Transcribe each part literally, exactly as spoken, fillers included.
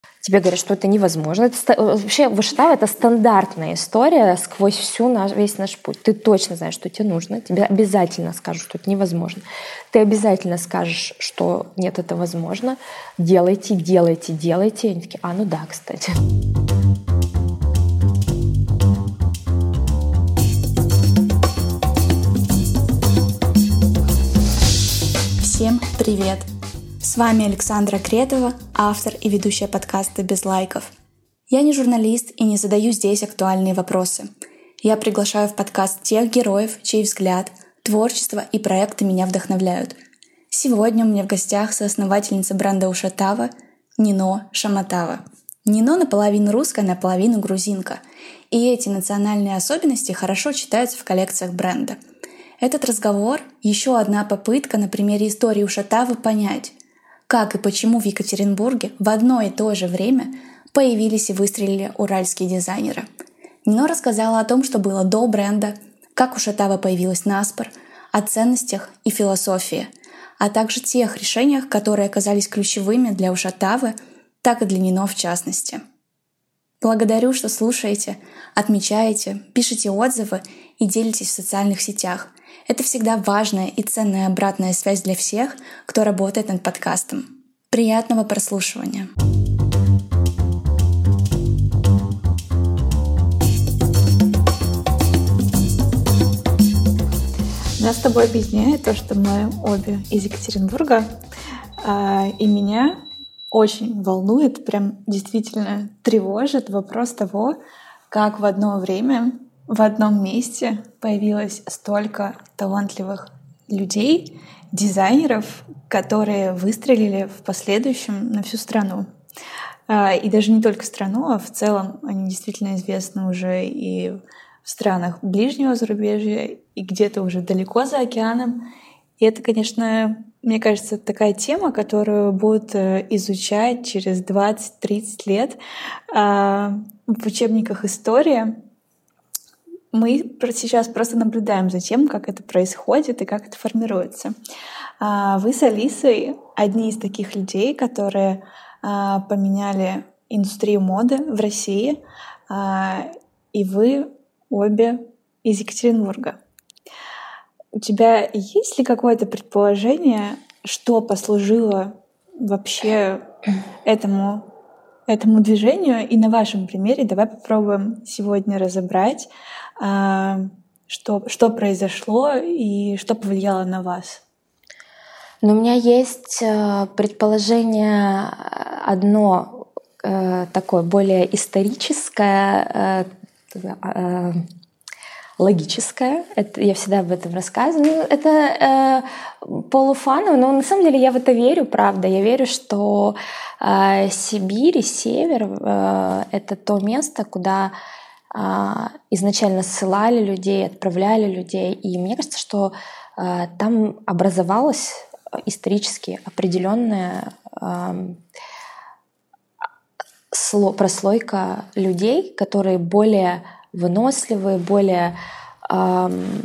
Тебе говорят, что это невозможно. Это, вообще, Ушатава — это стандартная история сквозь всю наш, весь наш путь. Ты точно знаешь, что тебе нужно. Тебе обязательно скажут, что это невозможно. Ты обязательно скажешь, что нет, это возможно. Делайте, делайте, делайте. И они такие, а, ну да, кстати. Всем привет! С вами Александра Кретова, автор и ведущая подкаста «Без лайков». Я не журналист и не задаю здесь актуальные вопросы. Я приглашаю в подкаст тех героев, чей взгляд, творчество и проекты меня вдохновляют. Сегодня у меня в гостях соосновательница бренда Ушатава Нино Шаматава. Нино наполовину русская, наполовину грузинка. И эти национальные особенности хорошо читаются в коллекциях бренда. Этот разговор — еще одна попытка на примере истории Ушатавы понять, как и почему в Екатеринбурге в одно и то же время появились и выстрелили уральские дизайнеры. Нино рассказала о том, что было до бренда, как Ушатава появилась наспор, о ценностях и философии, а также тех решениях, которые оказались ключевыми для Ушатавы, так и для Нино в частности. Благодарю, что слушаете, отмечаете, пишете отзывы и делитесь в социальных сетях. Это всегда важная и ценная обратная связь для всех, кто работает над подкастом. Приятного прослушивания! Нас с тобой объединяет то, что мы обе из Екатеринбурга, и меня очень волнует, прям действительно тревожит вопрос того, как в одно время в одном месте появилось столько талантливых людей, дизайнеров, которые выстрелили в последующем на всю страну. И даже не только страну, а в целом они действительно известны уже и в странах ближнего зарубежья, и где-то уже далеко за океаном. И это, конечно, мне кажется, такая тема, которую будут изучать через двадцать-тридцать лет в учебниках истории. Мы сейчас просто наблюдаем за тем, как это происходит и как это формируется. Вы с Алисой одни из таких людей, которые поменяли индустрию моды в России, и вы обе из Екатеринбурга. У тебя есть ли какое-то предположение, что послужило вообще этому, этому движению? И на вашем примере давай попробуем сегодня разобрать, что, что произошло и что повлияло на вас. Но у меня есть предположение одно такое более историческое, логическое. Это, я всегда об этом рассказываю. Это э, полуфаново, но на самом деле я в это верю, правда. Я верю, что э, Сибирь и Север э, — это то место, куда э, изначально ссылали людей, отправляли людей. И мне кажется, что э, там образовалась исторически определенная э, сло, прослойка людей, которые более выносливые, более, эм,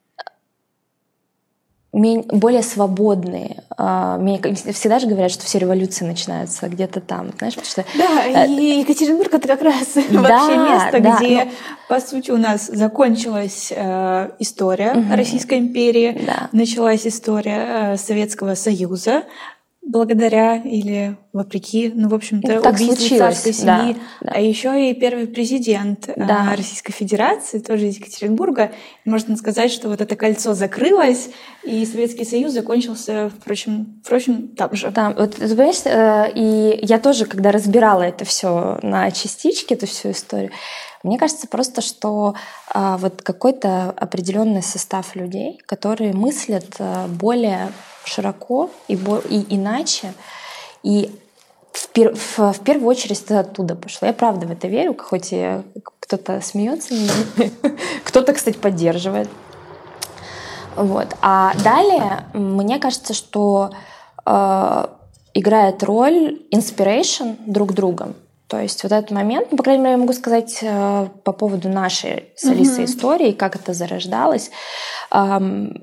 более свободные. Э, всегда же говорят, что все революции начинаются где-то там. Знаешь, потому что, да, и Екатеринбург — это как раз да, вообще место, да, где, но... по сути, у нас закончилась э, история угу. Российской империи, да. Началась история э, Советского Союза, благодаря или вопреки, ну, в общем-то, так убийству царской семьи. Да, да. А еще и первый президент да. Российской Федерации, тоже из Екатеринбурга. Можно сказать, что вот это кольцо закрылось, и Советский Союз закончился, впрочем, впрочем там же. Да, вот, понимаешь, и я тоже, когда разбирала это все на частички, эту всю историю, мне кажется просто, что а, вот какой-то определенный состав людей, которые мыслят а, более широко и, и иначе, и в, пер, в, в первую очередь это оттуда пошло. Я правда в это верю, хоть и кто-то смеется, кто-то, кстати, поддерживает. Вот. А далее, мне кажется, что э, играет роль inspiration друг другом. То есть вот этот момент, ну, по крайней мере, я могу сказать э, по поводу нашей с Алисой mm-hmm. истории, как это зарождалось. Эм,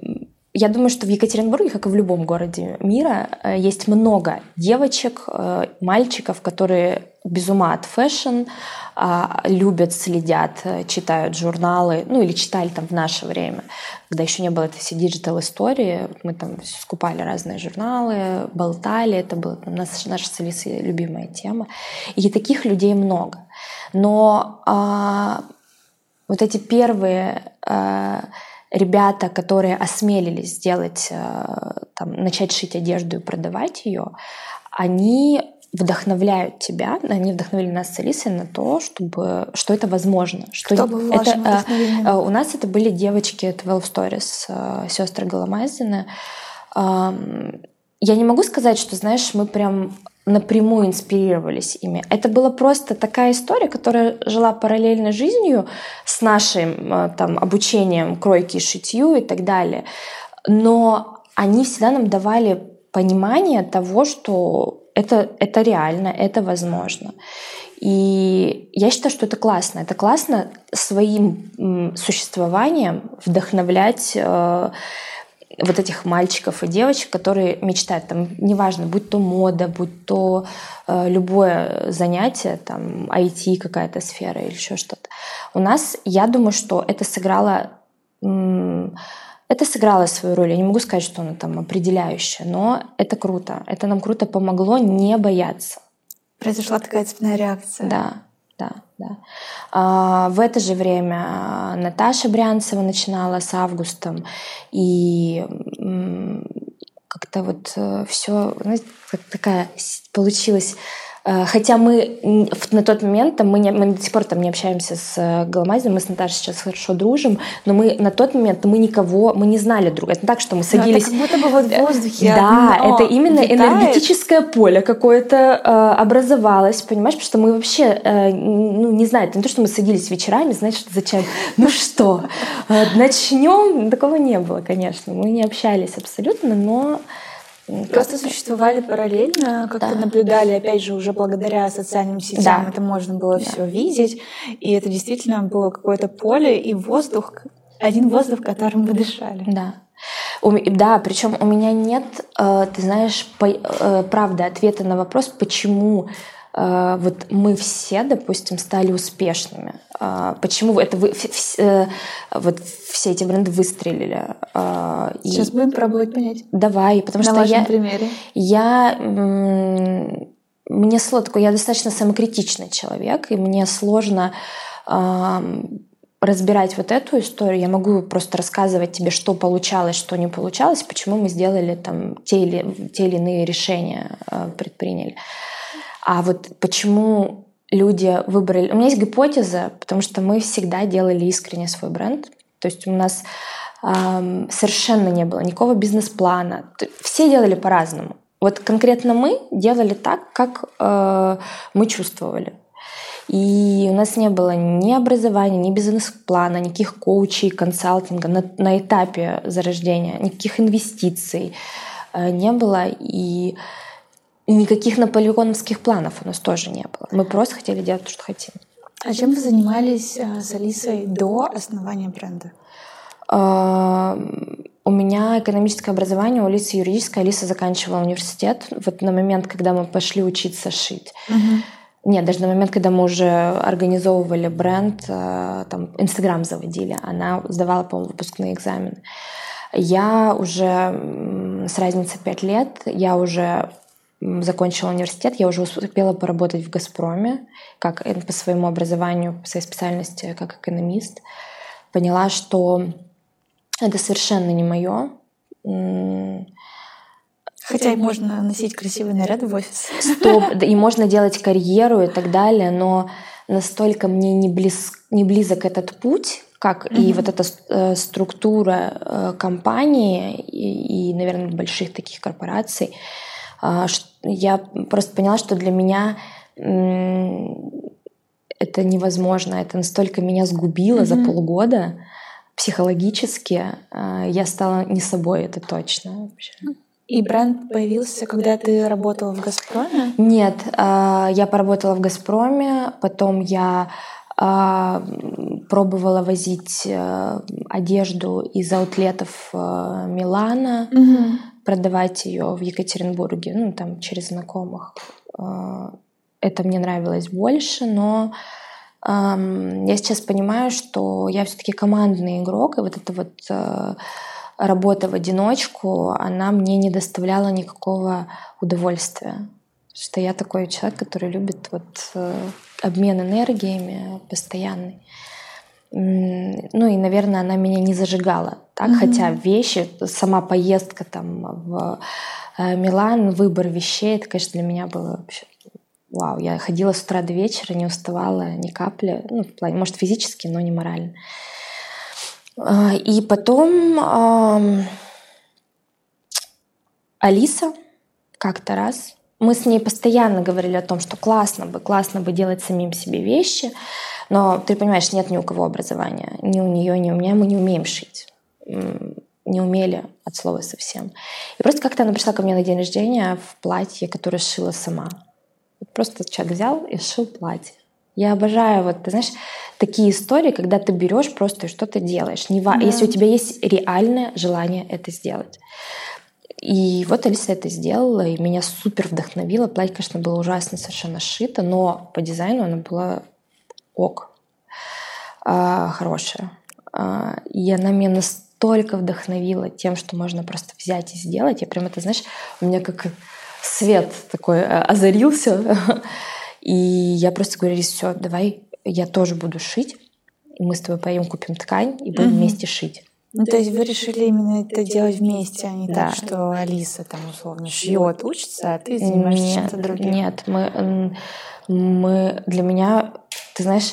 я думаю, что в Екатеринбурге, как и в любом городе мира, есть много девочек, мальчиков, которые без ума от фэшн, любят, следят, читают журналы, ну или читали там в наше время, когда еще не было этой всей диджитал-истории. Мы там скупали разные журналы, болтали, это была там, наша, наша с Алисой любимая тема. И таких людей много. Но а, вот эти первые... А, ребята, которые осмелились сделать, там, начать шить одежду и продавать ее, они вдохновляют тебя, они вдохновили нас с Алисой на то, чтобы, что это возможно. Что Кто был вашим это, вдохновением? У нас это были девочки twelve Stories, сестры Голомазины. Я не могу сказать, что, знаешь, мы прям напрямую инспирировались ими. Это была просто такая история, которая жила параллельно жизнью с нашим там, обучением кройке и шитью и так далее. Но они всегда нам давали понимание того, что это, это реально, это возможно. И я считаю, что это классно. Это классно своим существованием вдохновлять вот этих мальчиков и девочек, которые мечтают, там, неважно, будь то мода, будь то э, любое занятие, там, ай ти какая-то сфера или еще что-то. У нас, я думаю, что это сыграло, м- это сыграло свою роль. Я не могу сказать, что оно там определяющее, но это круто. Это нам круто помогло не бояться. Произошла такая цепная реакция. Да. Да, да. А, в это же время Наташа Брянцева начинала с августом, и м, как-то вот все, знаете, как такая получилась. Хотя мы на тот момент, там, мы, не, мы до сих пор там не общаемся с Голомазиной, мы с Наташей сейчас хорошо дружим, но мы на тот момент мы никого, мы не знали друг. Это не так, что мы садились... Это как будто бы вот в воздухе. Да, одно это именно летает. Энергетическое поле какое-то э, образовалось, понимаешь, потому что мы вообще, э, ну, не знаю, это не то, что мы садились вечерами, знаешь, зачем, ну что, э, начнем, такого не было, конечно, мы не общались абсолютно, но... Просто существовали параллельно, как-то да. наблюдали, опять же, уже благодаря социальным сетям да. это можно было да. все видеть, и это действительно было какое-то поле и воздух, один воздух, которым вы дышали. Да. Да, причем у меня нет, ты знаешь, правда, ответа на вопрос, почему вот мы все, допустим, стали успешными. Почему это вы, вот все эти бренды выстрелили? Сейчас и... будем пробовать понять. Давай, потому На что вашем я, примере. я мне сложно, такой, я достаточно самокритичный человек, и мне сложно разбирать вот эту историю. Я могу просто рассказывать тебе, что получалось, что не получалось, почему мы сделали там те или, те или иные решения, предприняли. А вот почему люди выбрали... У меня есть гипотеза, потому что мы всегда делали искренне свой бренд. То есть у нас эм, совершенно не было никакого бизнес-плана. Все делали по-разному. Вот конкретно мы делали так, как э, мы чувствовали. И у нас не было ни образования, ни бизнес-плана, никаких коучей, консалтинга на, на этапе зарождения, никаких инвестиций э, не было. И... И никаких наполеоновских планов у нас тоже не было. Мы просто хотели делать то, что хотим. А чем вы занимались с Алисой до основания бренда? У меня экономическое образование, у Алисы юридическое. Алиса заканчивала университет. Вот на момент, когда мы пошли учиться шить. Угу. Нет, даже на момент, когда мы уже организовывали бренд, там, Инстаграм заводили, она сдавала, по-моему, выпускные экзамены. Я уже с разницей пять лет, я уже... закончила университет, я уже успела поработать в «Газпроме» как по своему образованию, по своей специальности, как экономист. Поняла, что это совершенно не мое. Хотя и можно носить красивые наряды в офис. Стоп, и можно делать карьеру и так далее, но настолько мне не, близ, не близок этот путь, как mm-hmm. и вот эта э, структура э, компании и, и, наверное, больших таких корпораций, я просто поняла, что для меня это невозможно. Это настолько меня сгубило mm-hmm. за полгода психологически. Я стала не собой, это точно вообще. И бренд появился, когда ты работала в «Газпроме»? Нет, я поработала в «Газпроме», потом я пробовала возить одежду из аутлетов Милана, Угу. продавать ее в Екатеринбурге, ну, там, через знакомых. Это мне нравилось больше, но эм, я сейчас понимаю, что я все-таки командный игрок, и вот эта вот э, работа в одиночку, она мне не доставляла никакого удовольствия. Потому что я такой человек, который любит вот, э, обмен энергиями постоянный. Ну и, наверное, она меня не зажигала. Так? Mm-hmm. Хотя вещи, сама поездка там, в э, Милан, выбор вещей, это, конечно, для меня было вообще... Вау, я ходила с утра до вечера, не уставала ни капли. Ну, в плане, может, физически, но не морально. И потом э, Алиса как-то раз... Мы с ней постоянно говорили о том, что классно бы, классно бы делать самим себе вещи, но, ты понимаешь, нет ни у кого образования. Ни у нее, ни у меня. Мы не умеем шить. Не умели от слова совсем. И просто как-то она пришла ко мне на день рождения в платье, которое шила сама. Просто человек взял и сшил платье. Я обожаю, вот, ты знаешь, такие истории, когда ты берешь просто и что-то делаешь. Не ва... да. Если у тебя есть реальное желание это сделать. И вот Алиса это сделала, и меня супер вдохновило. Платье, конечно, было ужасно совершенно сшито, но по дизайну оно было ок, а, хорошее. А, и она меня настолько вдохновила тем, что можно просто взять и сделать. Я прям это, знаешь, у меня как свет такой озарился. И я просто говорю: Алис, все, давай я тоже буду шить. И мы с тобой поедем, купим ткань и будем mm-hmm. вместе шить. Ну, то есть вы решили именно это делать вместе, а не да. так, что Алиса там условно шьет, учится, а ты занимаешься нет, чем-то другим? Нет, мы, мы для меня, ты знаешь,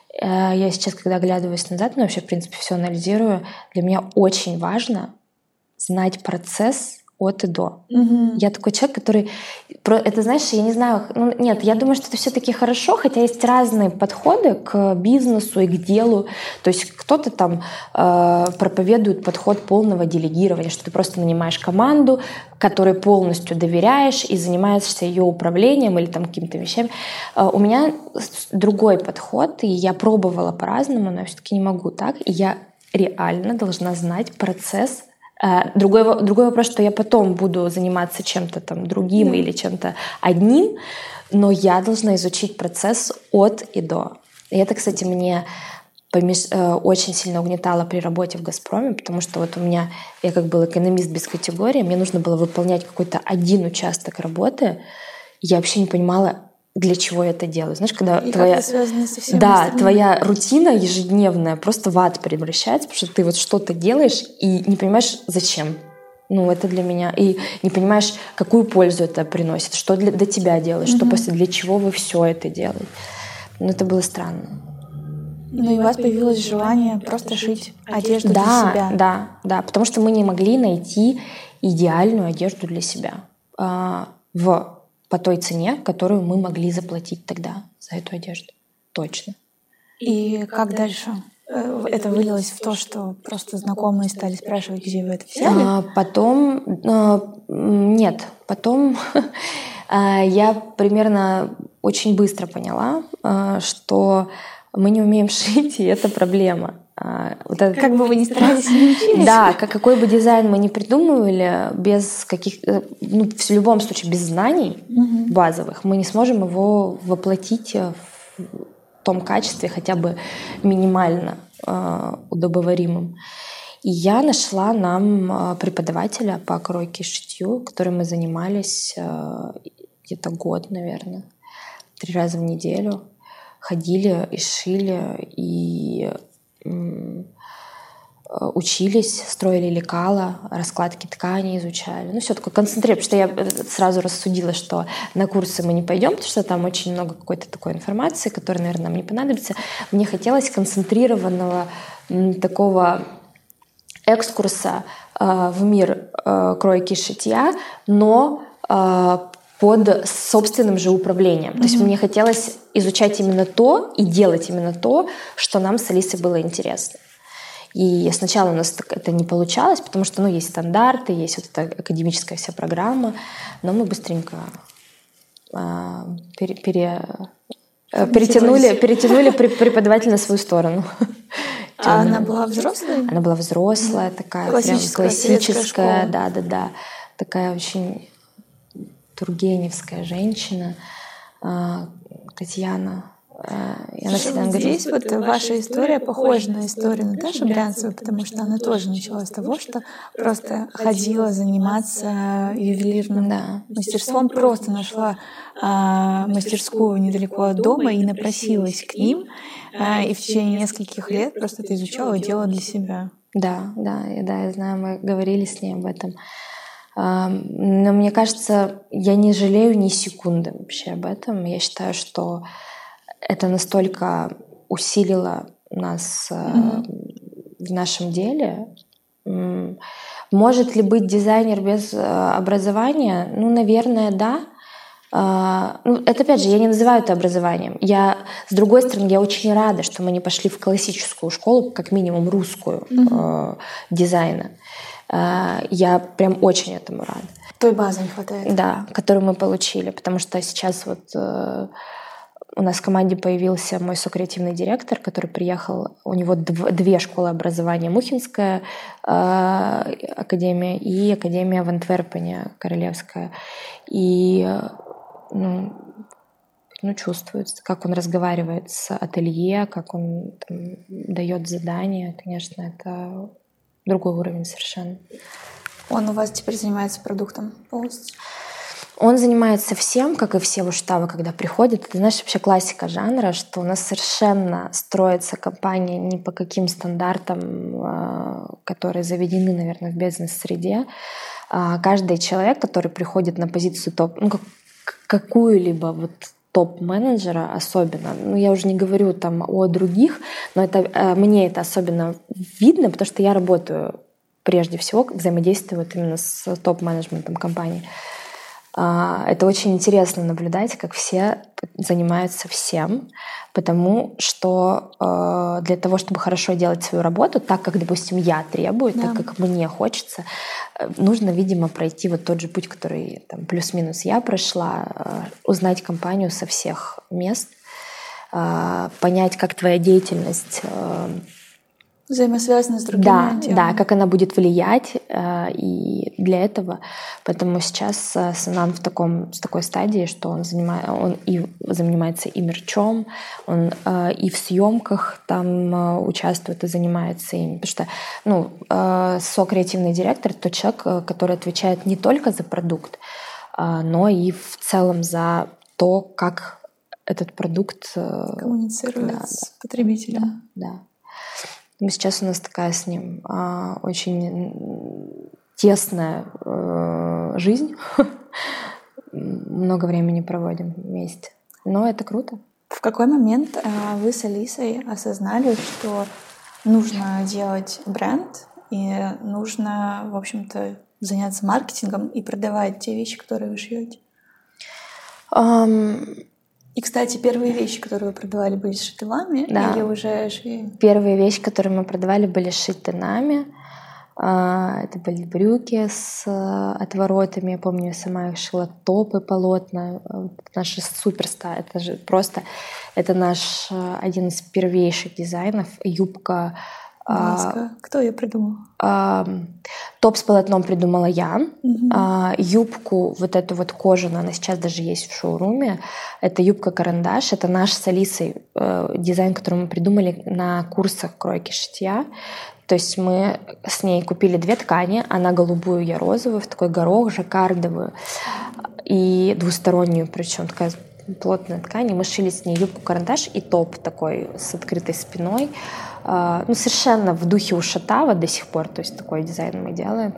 я сейчас, когда оглядываюсь назад, ну, вообще, в принципе, все анализирую, для меня очень важно знать процесс от и до. Угу. Я такой человек, который... Это, знаешь, я не знаю... Ну, нет, я думаю, что это все-таки хорошо, хотя есть разные подходы к бизнесу и к делу. То есть кто-то там э, проповедует подход полного делегирования, что ты просто нанимаешь команду, которой полностью доверяешь и занимаешься ее управлением или там какими-то вещами. Э, у меня другой подход, и я пробовала по-разному, но я все-таки не могу так. И я реально должна знать процесс. Другой, другой вопрос, что я потом буду заниматься чем-то там другим mm. или чем-то одним, но я должна изучить процесс от и до. И это, кстати, мне помеш... очень сильно угнетало при работе в «Газпроме», потому что вот у меня, я как был экономист без категории, мне нужно было выполнять какой-то один участок работы, я вообще не понимала, для чего я это делаю. Знаешь, когда и твоя, да, твоя рутина ежедневная просто в ад превращается, потому что ты вот что-то делаешь и не понимаешь, зачем. Ну, это для меня. И не понимаешь, какую пользу это приносит, что для, для тебя делаешь, mm-hmm. что после, для чего вы все это делаете. Ну, это было странно. Ну, и у вас появилось желание просто шить одежду да, для себя. Да, да, потому что мы не могли найти идеальную одежду для себя а, в по той цене, которую мы могли заплатить тогда за эту одежду. Точно. И как дальше? Это вылилось в то, что просто знакомые стали спрашивать, где вы это взяли? А, потом... А, нет. Потом я примерно очень быстро поняла, что мы не умеем шить, и это проблема. Вот это, как бы вы ни старались, не учились. Да, как, какой бы дизайн мы ни придумывали, без каких, ну, в любом случае без знаний угу. базовых, мы не сможем его воплотить в том качестве хотя бы минимально э, удобоваримым. И я нашла нам преподавателя по кройке и шитью, которым мы занимались э, где-то год, наверное, три раза в неделю. Ходили и шили, и учились, строили лекала, раскладки ткани изучали. Ну, все такое концентрировано, потому что я сразу рассудила, что на курсы мы не пойдем, потому что там очень много какой-то такой информации, которая, наверное, нам не понадобится. Мне хотелось концентрированного такого экскурса э, в мир э, кройки и шитья, но э, под собственным же управлением. Mm-hmm. То есть мне хотелось изучать именно то и делать именно то, что нам с Алисой было интересно. И сначала у нас это не получалось, потому что, ну, есть стандарты, есть вот эта академическая вся программа, но мы быстренько э, пере, пере, э, перетянули, перетянули преподавателя на свою сторону. А она была взрослая? Она была взрослая, такая классическая, прям классическая, да-да-да, такая очень тургеневская женщина, Татьяна. И она всегда говорит, здесь вот ваша история похожа на историю Наташи Брянцевой, потому что она тоже начала с того, что просто ходила заниматься ювелирным да. мастерством, просто нашла а, мастерскую недалеко от дома и напросилась к ним, а, и в течение нескольких лет просто это изучала и делала для себя. Да, да, да, я знаю, мы говорили с ней об этом. Но мне кажется, я не жалею ни секунды вообще об этом. Я считаю, что это настолько усилило нас mm-hmm. в нашем деле. Может ли быть дизайнер без образования? Ну, наверное, да. Ну, это, опять же, я не называю это образованием. Я, с другой стороны, я очень рада, что мы не пошли в классическую школу, как минимум русскую, mm-hmm. дизайна. Я прям очень этому рада. Той базы не хватает. Да, которую мы получили, потому что сейчас вот э, у нас в команде появился мой сокреативный директор, который приехал, у него дв- две школы образования, Мухинская э, академия и академия в Антверпене, Королевская. И ну, ну, чувствуется, как он разговаривает с ателье, как он там, дает задания, конечно, это другой уровень совершенно. Он у вас теперь занимается продуктом полностью? Он занимается всем, как и все уштавы, когда приходят. Это, знаешь, вообще классика жанра, что у нас совершенно строится компания не по каким стандартам, которые заведены, наверное, в бизнес-среде. Каждый человек, который приходит на позицию топ, ну, какую-либо вот топ-менеджера особенно, ну я уже не говорю там о других, но это, мне это особенно видно, потому что я работаю прежде всего, взаимодействую вот именно с топ-менеджментом компании. Это очень интересно наблюдать, как все занимаются всем, потому что для того, чтобы хорошо делать свою работу, так как, допустим, я требую, да. так как мне хочется, нужно, видимо, пройти вот тот же путь, который там, плюс-минус я прошла, узнать компанию со всех мест, понять, как твоя деятельность взаимосвязаны с другими да, темами. Да, как она будет влиять. И для этого, поэтому сейчас Санан в, таком, в такой стадии, что он, занимает, он и занимается и мерчом, он и в съемках там участвует и занимается им. Потому что ну, со-креативный директор — тот человек, который отвечает не только за продукт, но и в целом за то, как этот продукт коммуницирует да, с потребителем. Да, да. Сейчас у нас такая с ним а, очень тесная а, жизнь. Много времени проводим вместе. Но это круто. В какой момент а, вы с Алисой осознали, что нужно делать бренд и нужно, в общем-то, заняться маркетингом и продавать те вещи, которые вы шьете? Um... И, кстати, первые вещи, которые вы продавали, были сшиты вами да. или уже швеи? Первые вещи, которые мы продавали, были сшиты нами. Это были брюки с отворотами. Я помню, я сама их шила, топы полотна. Наши суперстар. Это же просто это наш один из первейших дизайнов. Юбка. А, кто ее придумал? А, топ с полотном придумала я. Угу. А, юбку, вот эту вот кожаную, она сейчас даже есть в шоуруме. Это юбка-карандаш. Это наш с Алисой э, дизайн, который мы придумали на курсах кройки шитья. То есть мы с ней купили две ткани. Она голубую, я розовую, в такой горох, жаккардовую. И двустороннюю, причем такая плотная ткань. И мы шили с ней юбку-карандаш и топ такой с открытой спиной. Ну, совершенно в духе Ушатава до сих пор, то есть такой дизайн мы делаем.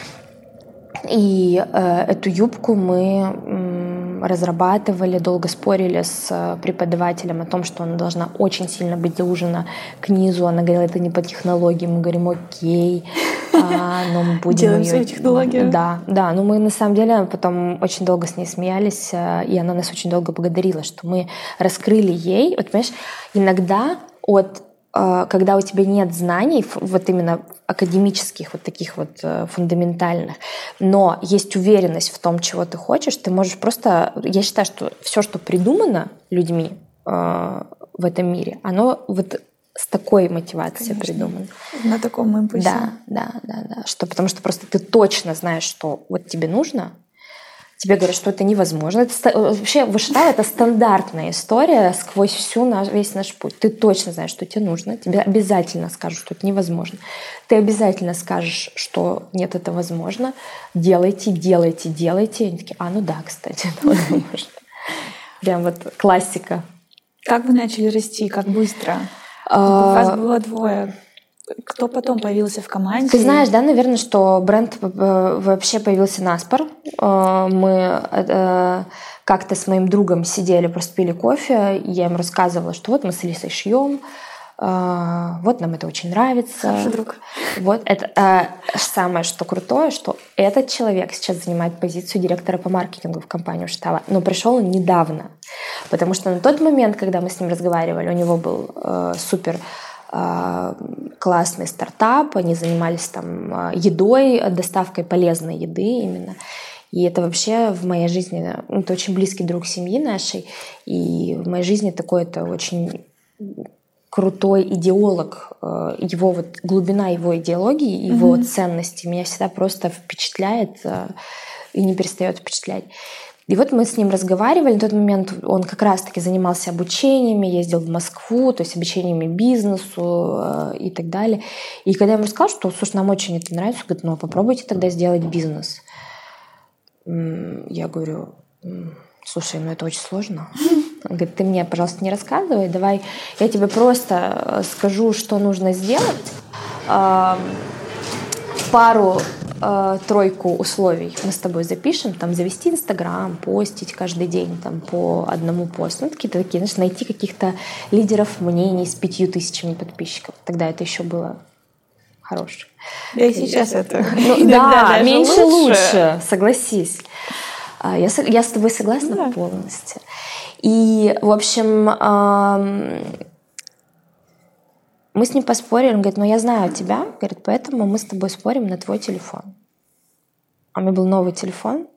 И э, эту юбку мы м, разрабатывали, долго спорили с преподавателем о том, что она должна очень сильно быть заужена к низу. Она говорила, это не по технологии. Мы говорим, окей, а, но мы будем делаем ее... свою технологию. Да, да, но мы на самом деле потом очень долго с ней смеялись, и она нас очень долго благодарила, что мы раскрыли ей. Вот, понимаешь, иногда от когда у тебя нет знаний, вот именно академических, вот таких вот фундаментальных, но есть уверенность в том, чего ты хочешь, ты можешь просто... Я считаю, что все, что придумано людьми в этом мире, оно вот с такой мотивацией Конечно. придумано. На таком импульсе. Да, да, да, да. Что, потому что просто ты точно знаешь, что вот тебе нужно. Тебе говорят, что это невозможно. Это, вообще, вышивание — это стандартная история сквозь всю наш, весь наш путь. Ты точно знаешь, что тебе нужно. Тебе обязательно скажут, что это невозможно. Ты обязательно скажешь, что нет, это возможно. Делайте, делайте, делайте. И они такие, а, ну да, кстати, это возможно. Прям вот классика. Как вы начали расти? Как быстро? У вас было двое. Кто потом появился в команде? Ты знаешь, да, наверное, что бренд вообще появился наспор. Мы как-то с моим другом сидели, просто пили кофе, и я им рассказывала, что вот мы с Алисой шьем, вот нам это очень нравится. Хороший друг. Вот это самое, что крутое, что этот человек сейчас занимает позицию директора по маркетингу в компании Штала, но пришел он недавно, потому что на тот момент, когда мы с ним разговаривали, у него был супер классный стартап, они занимались там едой, доставкой полезной еды именно. И это вообще в моей жизни, это очень близкий друг семьи нашей, и в моей жизни такой это очень крутой идеолог, его вот глубина его идеологии, его mm-hmm. ценности меня всегда просто впечатляет и не перестает впечатлять. И вот мы с ним разговаривали, на тот момент он как раз-таки занимался обучениями, ездил в Москву, то есть обучениями бизнесу э, и так далее. И когда я ему рассказала, что, слушай, нам очень это нравится, он говорит, ну попробуйте тогда сделать бизнес. Я говорю, слушай, ну это очень сложно. Он говорит, ты мне, пожалуйста, не рассказывай, давай я тебе просто скажу, что нужно сделать. Э, пару тройку условий мы с тобой запишем, там завести Инстаграм, постить каждый день там по одному посту, ну, какие-то такие, знаешь, найти каких-то лидеров мнений с пятью тысячами подписчиков. Тогда это еще было хорошее. Да и сейчас это. Ну, да, меньше лучше. лучше, согласись. Я, я с тобой согласна да. полностью. И, в общем, мы с ним поспорили, он говорит, ну я знаю тебя, говорит, поэтому мы с тобой спорим на твой телефон. А у меня был новый телефон,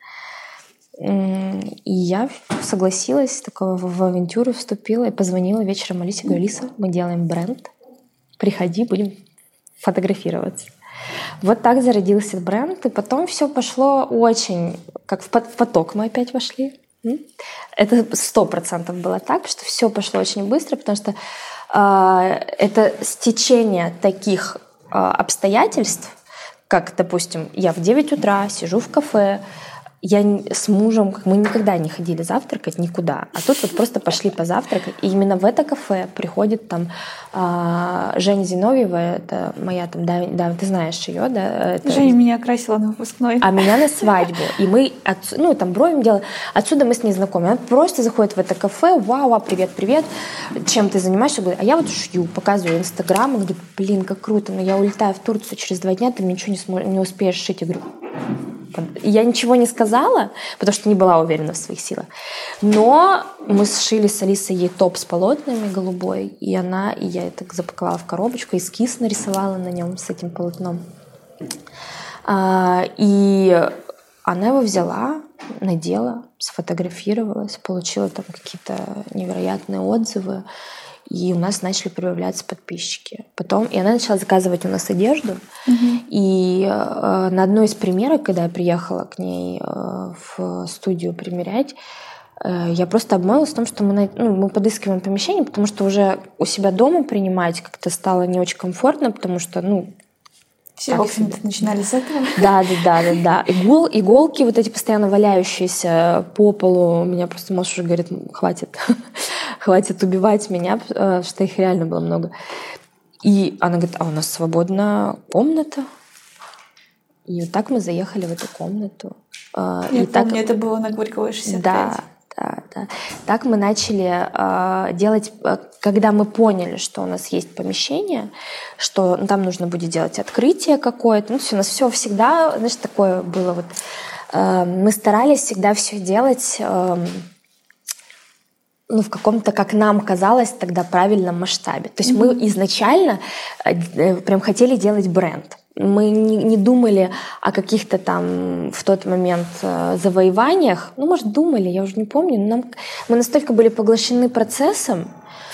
и я согласилась, такого в авантюру вступила и позвонила вечером Алисе, говорю, Алиса, мы делаем бренд, приходи, будем фотографироваться. Вот так зародился бренд, и потом все пошло очень, как в поток мы опять вошли. Это сто процентов было так, что все пошло очень быстро, потому что это стечение таких обстоятельств, как, допустим, я в девять утра сижу в кафе, я с мужем, мы никогда не ходили завтракать никуда, а тут вот просто пошли позавтракать, и именно в это кафе приходит там а, Женя Зиновьева, это моя там, да, да ты знаешь ее, да? Это... Женя меня красила на выпускной. А меня на свадьбу, и мы, от, ну там бровим делаем, отсюда мы с ней знакомы, она просто заходит в это кафе, вау, привет, привет, чем ты занимаешься? Говорю, а я вот шью, показываю Инстаграм, она говорит, блин, как круто, но я улетаю в Турцию через два дня, ты мне ничего не, сможешь, не успеешь шить, я говорю, я ничего не сказала, потому что не была уверена в своих силах. Но мы сшили с Алисой ей топ с полотнами голубой, и она, и я это запаковала в коробочку, эскиз нарисовала на нем с этим полотном. И она его взяла, надела, сфотографировалась, получила там какие-то невероятные отзывы. И у нас начали появляться подписчики. Потом, и она начала заказывать у нас одежду. Mm-hmm. И э, на одной из примерок, когда я приехала к ней э, в студию примерять, э, я просто обмолвилась в том, что мы, ну, мы подыскиваем помещение, потому что уже у себя дома принимать как-то стало не очень комфортно, потому что, ну, все, в общем-то, начинали с этого. Да, да, да, да, да. Игол, иголки вот эти постоянно валяющиеся по полу. Меня просто муж уже говорит, хватит, хватит убивать меня, потому что их реально было много. И она говорит, а у нас свободная комната. И вот так мы заехали в эту комнату. Я и помню, так... это было на Горького шестьдесят пять. Да. Да, да. Так мы начали э, делать, когда мы поняли, что у нас есть помещение, что ну, там нужно будет делать открытие какое-то. Ну, все, у нас все всегда, знаешь, такое было. Вот, э, мы старались всегда все делать э, ну, в каком-то, как нам казалось, тогда правильном масштабе. То есть mm-hmm. мы изначально э, прям хотели делать бренд. Мы не, не думали о каких-то там в тот момент э, завоеваниях. Ну, может, думали, я уже не помню. Но нам, мы настолько были поглощены процессом,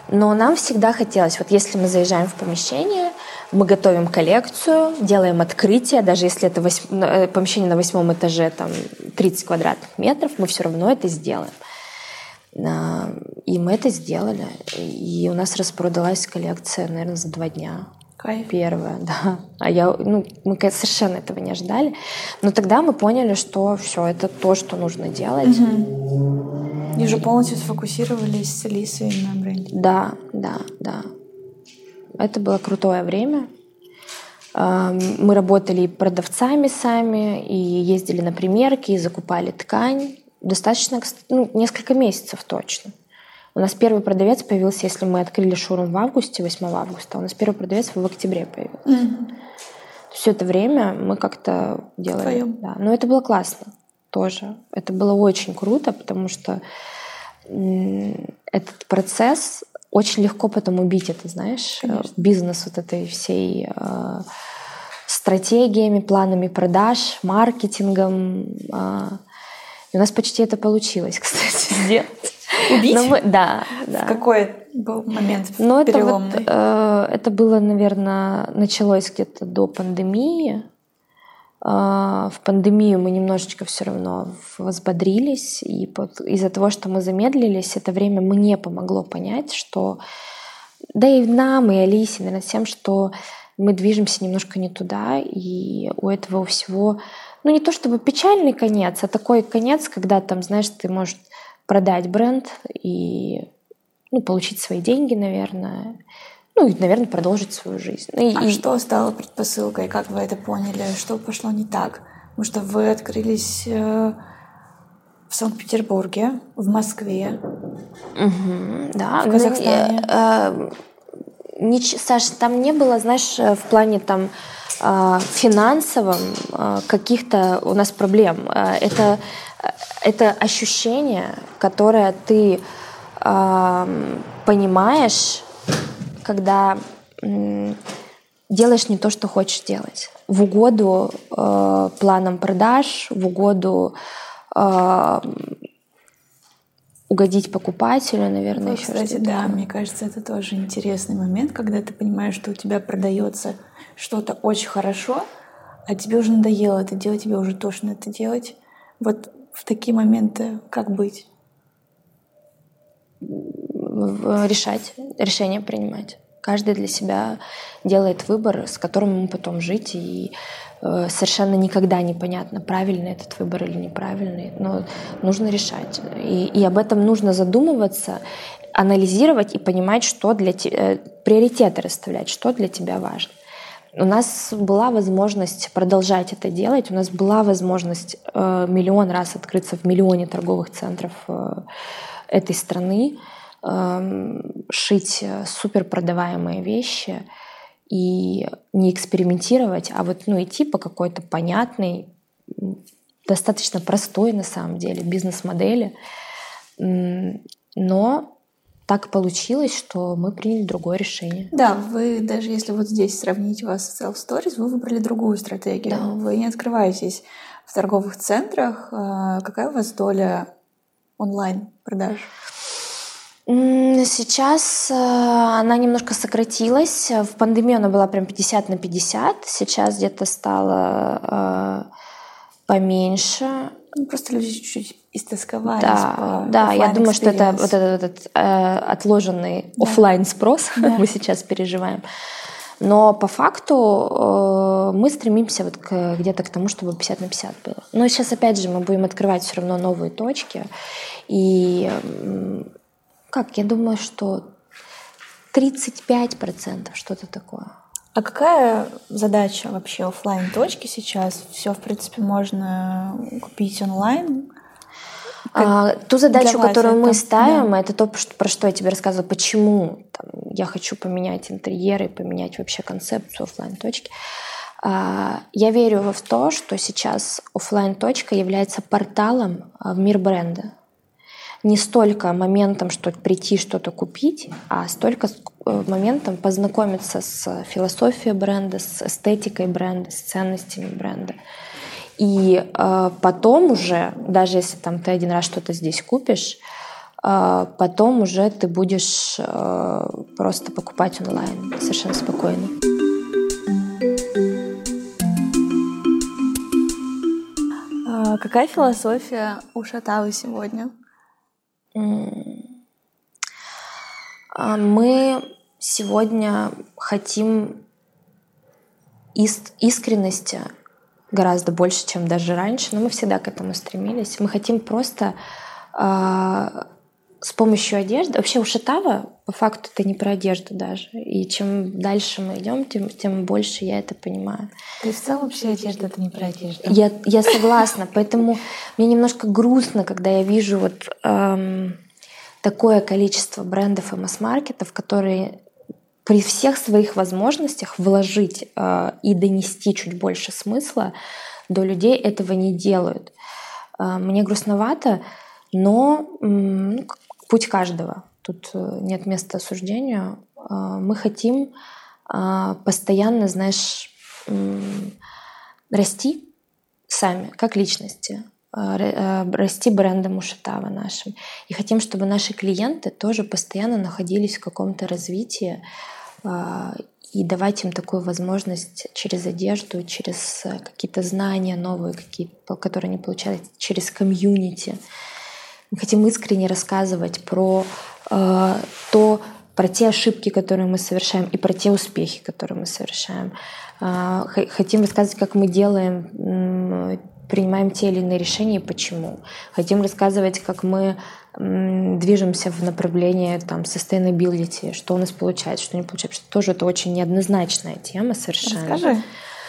Но нам всегда хотелось, вот если мы заезжаем в помещение, мы готовим коллекцию, делаем открытие, даже если это восьм... помещение на восьмом этаже, там тридцать квадратных метров, мы все равно это сделаем. И мы это сделали. И у нас распродалась коллекция, наверное, за два дня. Кайф. Первая, да. А я, ну, мы совершенно этого не ожидали. Но тогда мы поняли, что все, это то, что нужно делать. Угу. И уже полностью сфокусировались с Алисой на бренде. Да, да, да. Это было крутое время. Мы работали и продавцами сами, и ездили на примерки, и закупали ткань. Достаточно, ну, несколько месяцев точно. У нас первый продавец появился, если мы открыли шоурум в августе, восьмого августа, у нас первый продавец в октябре появился. Mm-hmm. Все это время мы как-то делали. Да. Но это было классно тоже. Это было очень круто, потому что этот процесс очень легко потом убить, это, знаешь, Конечно. Бизнес вот этой всей э, стратегиями, планами продаж, маркетингом. Э, и у нас почти это получилось, кстати, сделать. Убить? Мы, да, да. В какой был момент Но переломный? Это, вот, э, это было, наверное, началось где-то до пандемии. Э, в пандемию мы немножечко все равно взбодрились. И под, из-за того, что мы замедлились, это время мне помогло понять, что... Да и нам, и Алисе, наверное, всем, что мы движемся немножко не туда. И у этого всего... Ну, не то чтобы печальный конец, а такой конец, когда там, знаешь, ты можешь... продать бренд и ну, получить свои деньги, наверное. Ну и, наверное, продолжить свою жизнь. И, а и... что стало предпосылкой? Как вы это поняли? Что пошло не так? Потому что вы открылись в Санкт-Петербурге, в Москве, угу, да. в Казахстане. Ну, э, не, Саш, там не было, знаешь, в плане там финансовом каких-то у нас проблем. Это Это ощущение, которое ты э, понимаешь, когда э, делаешь не то, что хочешь делать. В угоду э, планам продаж, в угоду э, угодить покупателю, наверное, вот, еще кстати, что-то. Да, мне кажется, это тоже интересный момент, когда ты понимаешь, что у тебя продается что-то очень хорошо, а тебе уже надоело это делать, тебе уже тошно это делать. Вот в такие моменты как быть? Решать, решение принимать. Каждый для себя делает выбор, с которым ему потом жить, и э, совершенно никогда непонятно, правильный этот выбор или неправильный, но нужно решать. И, и об этом нужно задумываться, анализировать и понимать, что для тебя, приоритеты расставлять, что для тебя важно. У нас была возможность продолжать это делать, у нас была возможность э, миллион раз открыться в миллионе торговых центров э, этой страны, э, шить суперпродаваемые вещи и не экспериментировать, а вот ну, идти по какой-то понятной, достаточно простой на самом деле бизнес-модели. Но так получилось, что мы приняли другое решение. Да, вы даже если вот здесь сравнить вас с Self Stories, вы выбрали другую стратегию. Да. Вы не открываетесь в торговых центрах. Какая у вас доля онлайн-продаж? Сейчас она немножко сократилась. В пандемию она была прям пятьдесят на пятьдесят. Сейчас где-то стало поменьше. Ну, просто люди чуть-чуть истосковались. Да, по да, я думаю, что это вот этот, этот э, отложенный да. офлайн спрос да. мы сейчас переживаем. Но по факту э, мы стремимся вот к, где-то к тому, чтобы пятьдесят на пятьдесят было. Но сейчас опять же мы будем открывать все равно новые точки. И э, как, я думаю, что тридцать пять процентов что-то такое. А какая задача вообще офлайн-точки сейчас? Все, в принципе, можно купить онлайн. А, ту задачу, которую это? мы ставим, да. это то, про что я тебе рассказывала, почему там, я хочу поменять интерьеры, поменять вообще концепцию офлайн-точки. А, я верю в то, что сейчас офлайн-точка является порталом в мир бренда. Не столько моментом, что прийти что-то купить, а столько моментом познакомиться с философией бренда, с эстетикой бренда, с ценностями бренда. И э, потом уже, даже если там, ты один раз что-то здесь купишь, потом уже ты будешь просто покупать онлайн совершенно спокойно. Какая философия у Шатавы сегодня? Мы сегодня хотим ис- искренности гораздо больше, чем даже раньше, но мы всегда к этому стремились. Мы хотим просто э, с помощью одежды... Вообще у Шатава, по факту, это не про одежду даже. И чем дальше мы идем, тем, тем больше я это понимаю. То есть в целом вообще одежда — это не про одежду? Я, я согласна. Поэтому мне немножко грустно, когда я вижу вот эм, такое количество брендов и масс-маркетов, которые при всех своих возможностях вложить э, и донести чуть больше смысла до людей этого не делают. Э, мне грустновато, но э, путь каждого. Тут э, нет места осуждению. Э, мы хотим э, постоянно, знаешь, э, расти сами, как личности, э, расти брендом у Шатава нашим. И хотим, чтобы наши клиенты тоже постоянно находились в каком-то развитии, и давать им такую возможность через одежду, через какие-то знания новые, какие, которые они получают через комьюнити. Мы хотим искренне рассказывать про э, то, про те ошибки, которые мы совершаем, и про те успехи, которые мы совершаем. Э, хотим рассказывать, как мы делаем, э, принимаем те или иные решения и почему. Хотим рассказывать, как мы движемся в направлении там, sustainability, что у нас получается, что не получается. Что тоже это очень неоднозначная тема совершенно. Расскажи.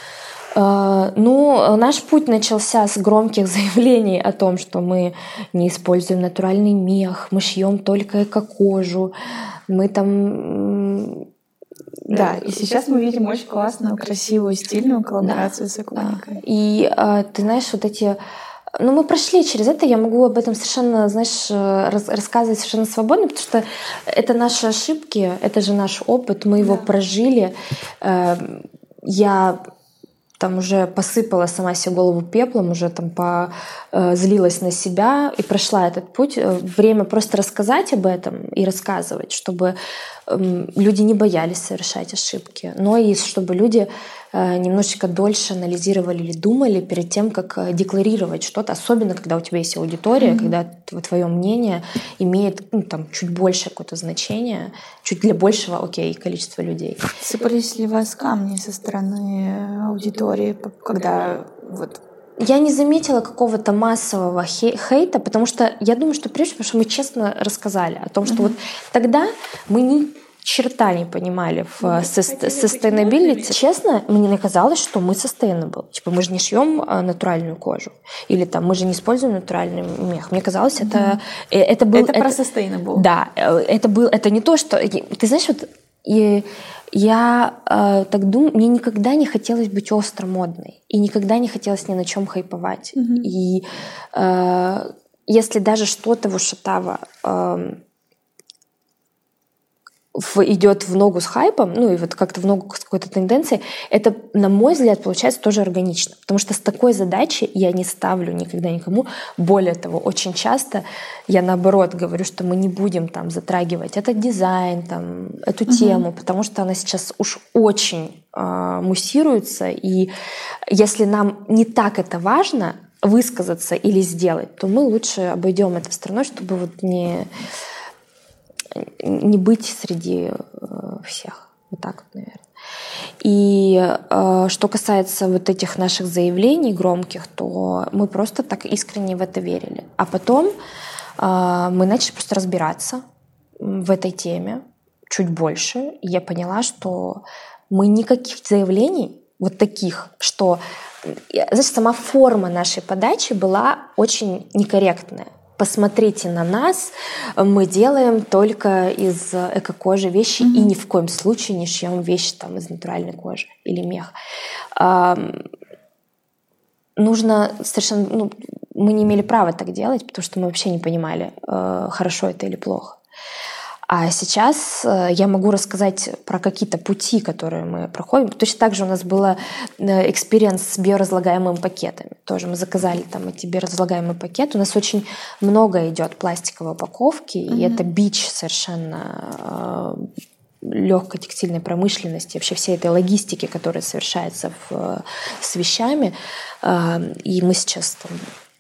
Uh, ну, наш путь начался с громких заявлений о том, что мы не используем натуральный мех, мы шьем только эко-кожу, мы там... Да, и сейчас мы видим очень классную, красивую, стильную коллаборацию да. с Иконикой. И uh, ты знаешь, вот эти... Ну, мы прошли через это, я могу об этом совершенно, знаешь, рассказывать совершенно свободно, потому что это наши ошибки, это же наш опыт, мы его да. прожили. Я там уже посыпала сама себе голову пеплом, уже там позлилась на себя и прошла этот путь. Время просто рассказать об этом и рассказывать, чтобы люди не боялись совершать ошибки, но и чтобы люди немножечко дольше анализировали или думали перед тем, как декларировать что-то, особенно когда у тебя есть аудитория, mm-hmm. когда твое мнение имеет ну, там, чуть больше какое-то значение, чуть для большего, окей, количества людей. Сыпались ли вас камни со стороны аудитории, когда вот... Я не заметила какого-то массового хей- хейта, потому что я думаю, что прежде всего, что мы честно рассказали о том, что mm-hmm. вот тогда мы не черта не понимали в sustainability. Честно, мне казалось, что мы sustainable. Типа мы же не шьем натуральную кожу. Или там мы же не используем натуральный мех. Мне казалось, mm-hmm. это, это был... Это, это про sustainable. Да. Это, был, это не то, что... Ты знаешь, вот и я э, так думаю, мне никогда не хотелось быть остро модной. И никогда не хотелось ни на чем хайповать. Mm-hmm. И э, если даже что-то у Шатава... Э, идет в ногу с хайпом, ну и вот как-то в ногу с какой-то тенденцией, это, на мой взгляд, получается тоже органично. Потому что с такой задачей я не ставлю никогда никому. Более того, очень часто я наоборот говорю, что мы не будем там затрагивать этот дизайн, там, эту угу. тему, потому что она сейчас уж очень э, муссируется. И если нам не так это важно высказаться или сделать, то мы лучше обойдем это стороной, чтобы вот не... не быть среди э, всех. Вот так вот, наверное. И э, что касается вот этих наших заявлений громких, то мы просто так искренне в это верили. А потом э, мы начали просто разбираться в этой теме чуть больше. И я поняла, что мы никаких заявлений вот таких, что... Знаешь, сама форма нашей подачи была очень некорректная. Посмотрите на нас, мы делаем только из эко-кожи вещи mm-hmm. и ни в коем случае не шьем вещи там, из натуральной кожи или мех. А, нужно совершенно... Ну, мы не имели права так делать, потому что мы вообще не понимали, хорошо это или плохо. А сейчас я могу рассказать про какие-то пути, которые мы проходим. Точно так же у нас был экспириенс с биоразлагаемыми пакетами. Тоже мы заказали там эти биоразлагаемые пакеты. У нас очень много идет пластиковой упаковки, mm-hmm. и это бич совершенно легкой текстильной промышленности, вообще всей этой логистики, которая совершается в, с вещами. И мы сейчас там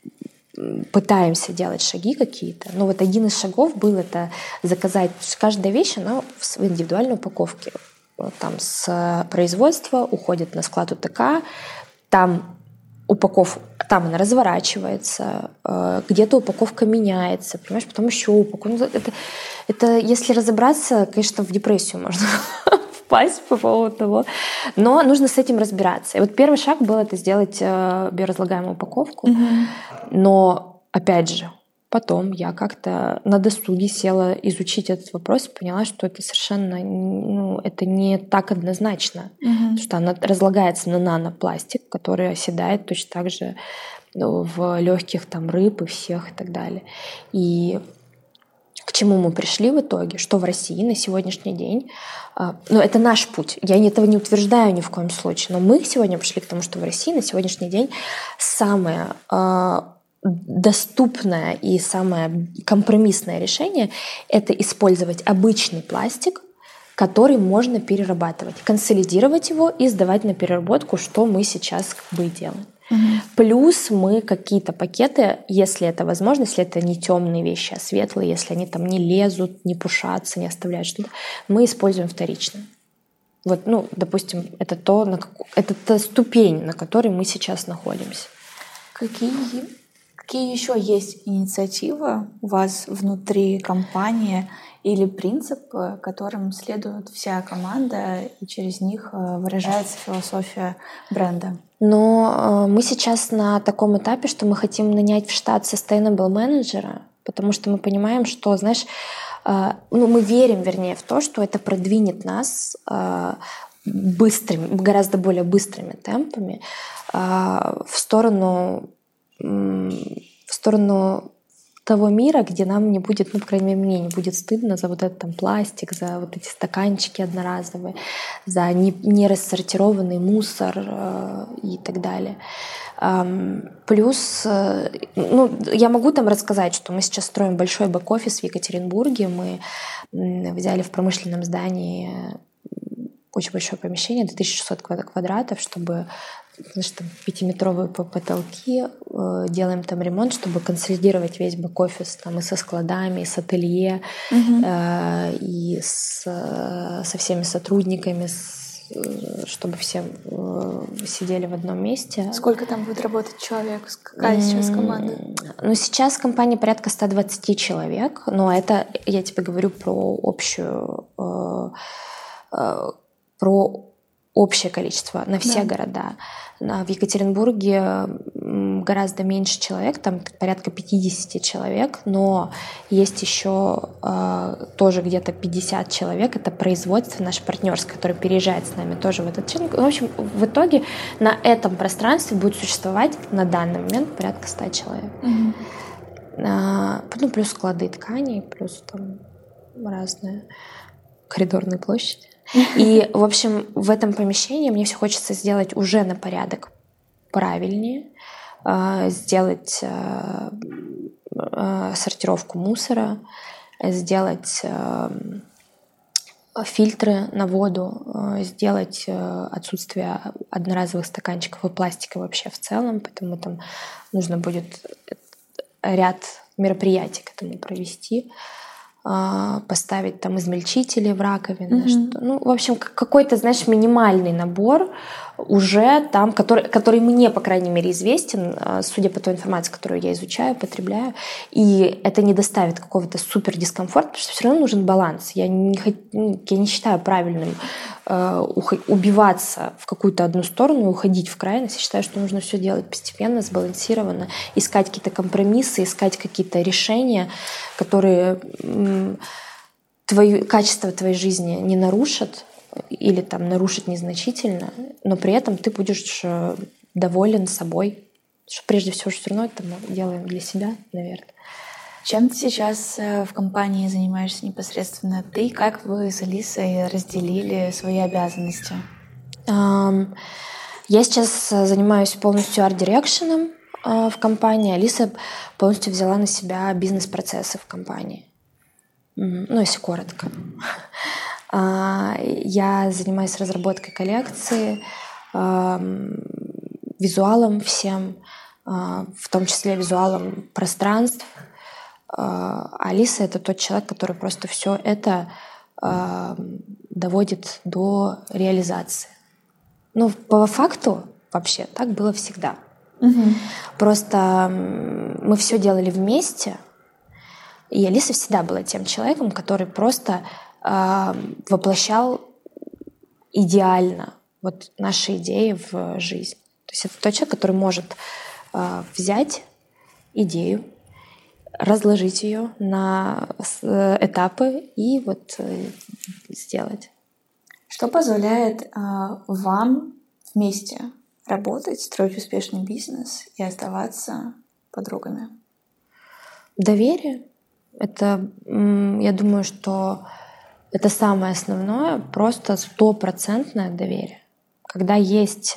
пытаемся делать шаги какие-то. Но вот один из шагов был это заказать каждая вещь, она в индивидуальной упаковке. Там с производства уходит на склад УТК, там упаковка, там она разворачивается, где-то упаковка меняется, понимаешь, потом еще упаковка. Это, это, если разобраться, конечно, в депрессию можно впасть по поводу того, но нужно с этим разбираться. И вот первый шаг был это сделать биоразлагаемую упаковку, mm-hmm. но, опять же, потом я как-то на досуге села изучить этот вопрос и поняла, что это совершенно ну, это не так однозначно, mm-hmm. потому что она разлагается на нанопластик, который оседает точно так же в легких там рыб и всех и так далее. И к чему мы пришли в итоге, что в России на сегодняшний день, ну это наш путь, я этого не утверждаю ни в коем случае, но мы сегодня пришли к тому, что в России на сегодняшний день самое доступное и самое компромиссное решение — это использовать обычный пластик, который можно перерабатывать, консолидировать его и сдавать на переработку, что мы сейчас как бы делаем. Угу. Плюс мы какие-то пакеты, если это возможно, если это не темные вещи, а светлые, если они там не лезут, не пушатся, не оставляют что-то, мы используем вторично. Вот, ну, допустим, это то, на как... это та ступень, на которой мы сейчас находимся. Какие, какие еще есть инициативы у вас внутри компании или принципы, которым следует вся команда, и через них выражается философия бренда? Но мы сейчас на таком этапе, что мы хотим нанять в штат sustainable менеджера, потому что мы понимаем, что, знаешь, ну, мы верим, вернее, в то, что это продвинет нас быстрыми, гораздо более быстрыми темпами в сторону, в сторону того мира, где нам не будет, ну, по крайней мере, мне не будет стыдно за вот этот там пластик, за вот эти стаканчики одноразовые, за не, не рассортированный мусор э, и так далее. Эм, плюс, э, ну, я могу там рассказать, что мы сейчас строим большой бэк-офис в Екатеринбурге. Мы э, взяли в промышленном здании очень большое помещение, две тысячи шестьсот квадратов, чтобы значит, там, пятиметровые потолки, э, делаем там ремонт, чтобы консолидировать весь бэк-офис там, и со складами, и с ателье, mm-hmm. э, и с, со всеми сотрудниками, с, чтобы все э, сидели в одном месте. Сколько там будет работать человек? Какая mm-hmm. сейчас команда? Ну, сейчас в компании порядка сто двадцать человек, но это, я тебе говорю про общую... Э, э, про общее количество на все да. города. В Екатеринбурге гораздо меньше человек, там порядка пятьдесят человек, но есть еще э, тоже где-то пятьдесят человек, это производство наше партнерское, которое переезжает с нами тоже в этот чинг. В общем, в итоге на этом пространстве будет существовать на данный момент порядка ста человек. Mm-hmm. А, ну, плюс склады тканей, плюс там разные коридорные площади. И, в общем, в этом помещении мне все хочется сделать уже на порядок правильнее, сделать сортировку мусора, сделать фильтры на воду, сделать отсутствие одноразовых стаканчиков и пластика вообще в целом, поэтому там нужно будет ряд мероприятий к этому провести. Поставить там измельчители в раковины. Mm-hmm. Что, ну, в общем, какой-то, знаешь, минимальный набор уже там, который, который мне, по крайней мере, известен, судя по той информации, которую я изучаю, потребляю. И это не доставит какого-то супер дискомфорта, потому что все равно нужен баланс. Я не, я не считаю правильным э, убиваться в какую-то одну сторону и уходить в крайность. Я считаю, что нужно все делать постепенно, сбалансированно, искать какие-то компромиссы, искать какие-то решения, которые м, твою, качество твоей жизни не нарушат, или там нарушить незначительно, но при этом ты будешь доволен собой. Что прежде всего, все равно это мы делаем для себя, наверное. Чем ты сейчас в компании занимаешься непосредственно ты? Как вы с Алисой разделили свои обязанности? Um, я сейчас занимаюсь полностью арт-дирекшеном uh, в компании. Алиса полностью взяла на себя бизнес-процессы в компании. Mm-hmm. Ну, если коротко. uh, я занимаюсь разработкой коллекции, uh, визуалом всем, uh, в том числе визуалом пространств. Uh, Алиса — это тот человек, который просто все это uh, доводит до реализации. Ну, по факту вообще так было всегда. Угу. Просто мы все делали вместе, и Алиса всегда была тем человеком, который просто э, воплощал идеально вот наши идеи в жизнь. То есть это тот человек, который может э, взять идею, разложить ее на этапы и вот э, сделать. Что позволяет э, вам вместе работать, строить успешный бизнес и оставаться подругами? Доверие. Это, я думаю, что это самое основное, просто стопроцентное доверие. Когда есть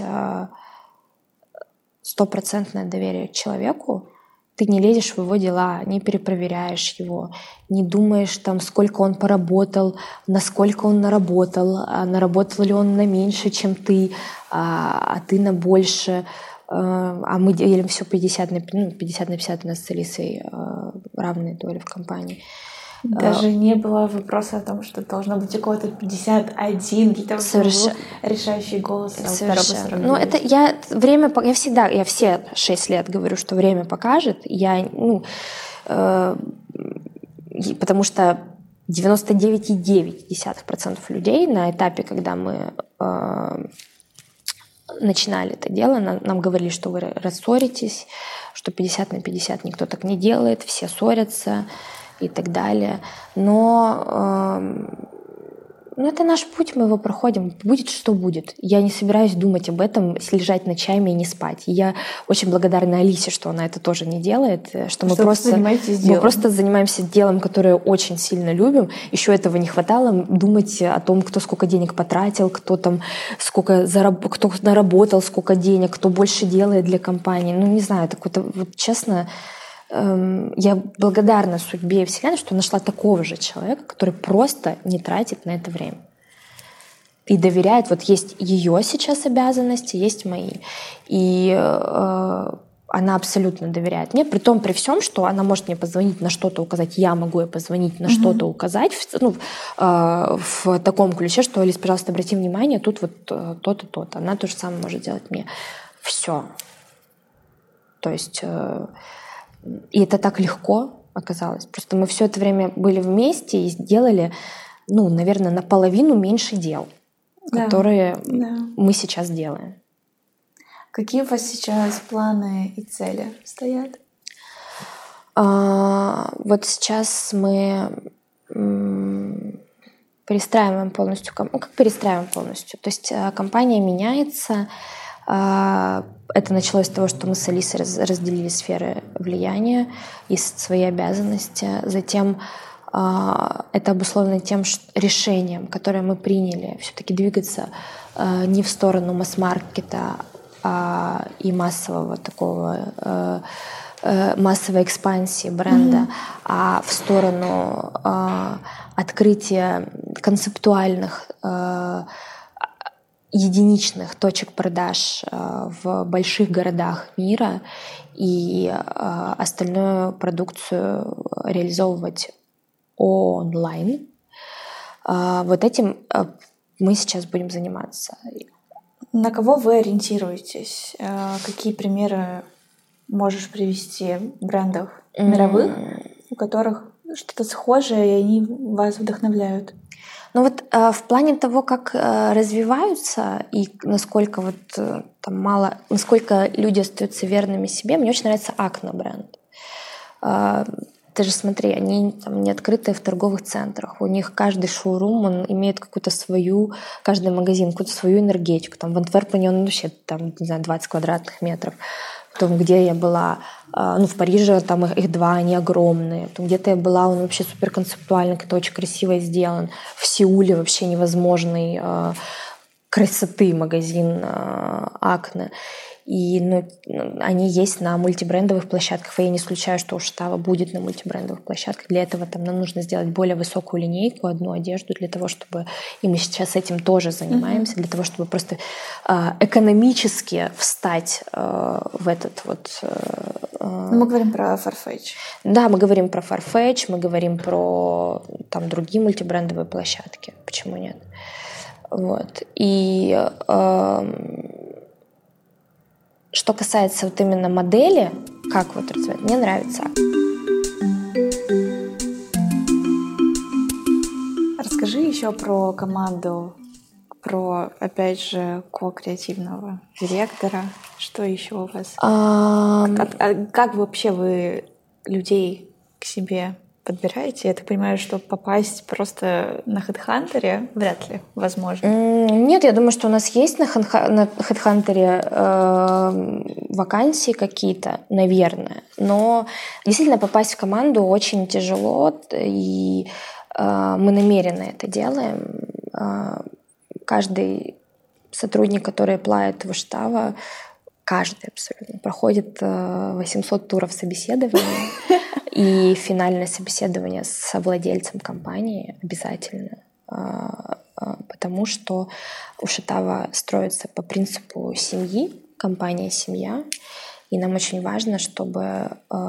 стопроцентное доверие к человеку, ты не лезешь в его дела, не перепроверяешь его, не думаешь, там, сколько он поработал, насколько он наработал, а наработал ли он на меньше, чем ты, а, а ты на больше. А мы делим все пятьдесят на пятьдесят у нас с Алисой равные доли в компании. Даже а, не было вопроса о том, что должно быть у кого-то пятьдесят один для того, чтобы был решающий голос. Совершенно. Ну, это я время, я всегда, я все шесть лет говорю, что время покажет. Я, ну, э, потому что девяносто девять целых девять десятых процента людей на этапе, когда мы э, начинали это дело, нам, нам говорили, что вы рассоритесь, что пятьдесят на пятьдесят никто так не делает, все ссорятся и так далее. Но э, ну, это наш путь, мы его проходим. Будет, что будет. Я не собираюсь думать об этом, лежать ночами и не спать. И я очень благодарна Алисе, что она это тоже не делает, что мы, просто, мы просто занимаемся делом, которое очень сильно любим. Еще этого не хватало, думать о том, кто сколько денег потратил, кто там сколько зараб... кто наработал, сколько денег, кто больше делает для компании. Ну, не знаю, так вот, вот честно, я благодарна судьбе и Вселенной, что нашла такого же человека, который просто не тратит на это время. И доверяет. Вот есть ее сейчас обязанности, есть мои. И э, она абсолютно доверяет мне. При том, при всем, что она может мне позвонить, на что-то указать. Я могу ей позвонить, на mm-hmm. что-то указать. Ну, э, в таком ключе, что, Алис, пожалуйста, обрати внимание, тут вот э, то-то, то-то. Она то же самое может делать мне. Все. То есть... Э, И это так легко оказалось. Просто мы все это время были вместе и сделали, ну, наверное, наполовину меньше дел, да, которые да. мы сейчас делаем. Какие у вас сейчас планы и цели стоят? А, вот сейчас мы м, перестраиваем полностью, ну, как перестраиваем полностью. То есть компания меняется. Это началось с того, что мы с Алисой разделили сферы влияния и свои обязанности. Затем это обусловлено тем решением, которое мы приняли, все-таки двигаться не в сторону масс-маркета и массового такого массовой экспансии бренда, mm-hmm. а в сторону открытия концептуальных единичных точек продаж в больших городах мира и остальную продукцию реализовывать онлайн. Вот этим мы сейчас будем заниматься. На кого вы ориентируетесь? Какие примеры можешь привести брендов mm-hmm. мировых, у которых что-то схожее, и они вас вдохновляют? Ну вот э, в плане того, как э, развиваются и насколько вот э, там мало, насколько люди остаются верными себе, мне очень нравится Акна бренд. Э, ты же смотри, они там не открытые в торговых центрах, у них каждый шоурум, он имеет какую-то свою, каждый магазин какую-то свою энергетику. Там в Антверпене он вообще там, не знаю, двадцать квадратных метров. Потом, где я была, ну, в Париже, там их, их два, они огромные. Потом где-то я была, он вообще супер концептуальный, как-то очень красиво сделан. В Сеуле вообще невозможный красоты магазин Акне. И ну, они есть на мультибрендовых площадках. И я не исключаю, что у Шитава будет на мультибрендовых площадках. Для этого там нам нужно сделать более высокую линейку, одну одежду, для того, чтобы... И мы сейчас этим тоже занимаемся, mm-hmm. для того, чтобы просто э, экономически встать э, в этот вот... Э, мы говорим про Farfetch. Да, мы говорим про Farfetch, мы говорим про там, другие мультибрендовые площадки. Почему нет? Вот. И... Э, Что касается вот именно модели, как вот развивать, мне нравится. Расскажи еще про команду, про, опять же, ко-креативного директора. Что еще у вас? А... Как, как вообще вы людей к себе подбираете? Я так понимаю, что попасть просто на HeadHunter вряд ли возможно. Нет, я думаю, что у нас есть на HeadHunter э, вакансии какие-то, наверное. Но действительно попасть в команду очень тяжело, и э, мы намеренно это делаем. Э, каждый сотрудник, который аплает в Шитава, каждый абсолютно проходит э, восемьсот туров собеседования. И финальное собеседование с владельцем компании обязательно, потому что у Шитава строится по принципу семьи, компания «Семья», и нам очень важно, чтобы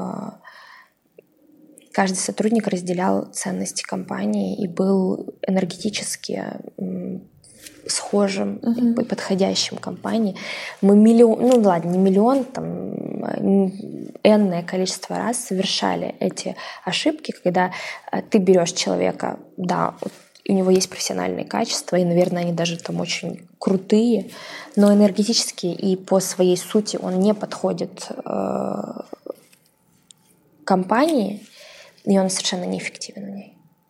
каждый сотрудник разделял ценности компании и был энергетически схожим uh-huh. и подходящим компании. Мы миллион, ну ладно, не миллион, там энное количество раз совершали эти ошибки, когда ты берешь человека, да, у него есть профессиональные качества, и, наверное, они даже там очень крутые, но энергетически и по своей сути он не подходит э, компании, и он совершенно неэффективен в ней.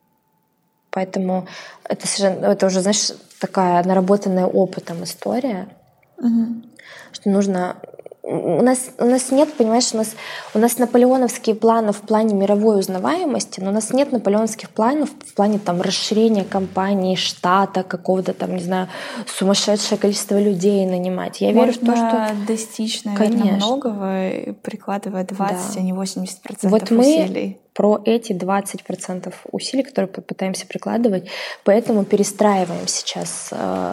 Поэтому это, совершенно, это уже, знаешь, такая наработанная опытом история, угу. что нужно... У нас, у нас нет, понимаешь, у нас, у нас наполеоновские планы в плане мировой узнаваемости, но у нас нет наполеоновских планов в плане там, расширения компании, штата, какого-то там, не знаю, сумасшедшее количество людей нанимать. Я Можно верю в то, что... достичь, наверное, Конечно. многого, прикладывая двадцать, да. а не восемьдесят процентов вот усилий. Мы про эти двадцать процентов усилий, которые пытаемся прикладывать, поэтому перестраиваем сейчас...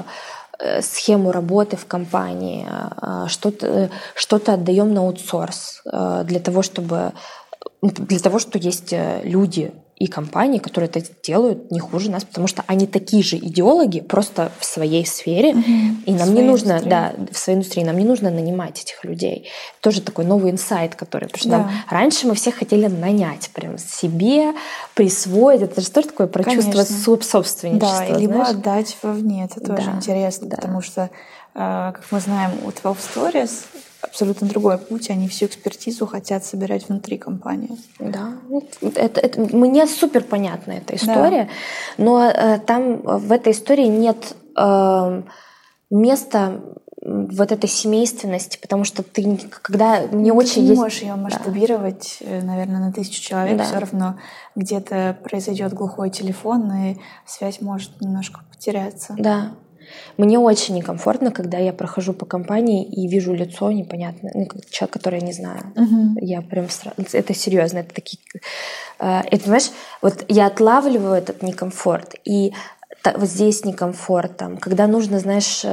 схему работы в компании, что-то, что-то отдаем на аутсорс для того, чтобы для того, что есть люди и компании, которые это делают не хуже нас, потому что они такие же идеологи, просто в своей сфере, mm-hmm. и нам не нужно, индустрии. да, в своей индустрии, нам не нужно нанимать этих людей. Тоже такой новый инсайт, который, потому что да. нам, раньше мы всех хотели нанять прям себе, присвоить, это же тоже такое про Конечно. чувство собственничества. Да, либо знаешь? отдать вовне, это тоже да, интересно, да. потому что, как мы знаем, у твелв Stories абсолютно другой путь, они всю экспертизу хотят собирать внутри компании. Да, это, это, мне супер понятна эта история, да. но э, там в этой истории нет э, места вот этой семейственности, потому что ты, когда не ты очень не есть... можешь ее масштабировать, да. наверное, на тысячу человек, да. все равно где-то произойдет глухой телефон, и связь может немножко потеряться. Да. Мне очень некомфортно, когда я прохожу по компании и вижу лицо непонятное, ну, человек, который я не знаю. Uh-huh. Я прям это серьезно, это такие, это, понимаешь, вот я отлавливаю этот некомфорт, и вот здесь некомфорт, там, когда нужно, знаешь,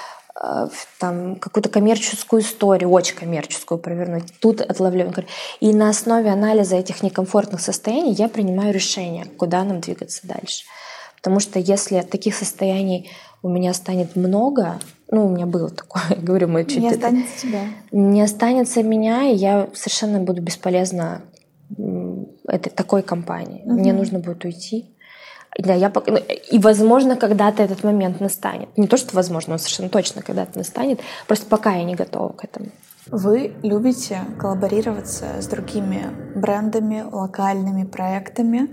там какую-то коммерческую историю, очень коммерческую провернуть, тут отлавливаю, и на основе анализа этих некомфортных состояний я принимаю решение, куда нам двигаться дальше, потому что если таких состояний у меня станет много, ну, у меня было такое, я говорю, мы чуть... Не останется это, тебя. Не останется меня, и я совершенно буду бесполезна этой, такой компании. Угу. Мне нужно будет уйти. Да, я, и, возможно, когда-то этот момент настанет. Не то, что возможно, он совершенно точно когда-то настанет, просто пока я не готова к этому. Вы любите коллаборироваться с другими брендами, локальными проектами,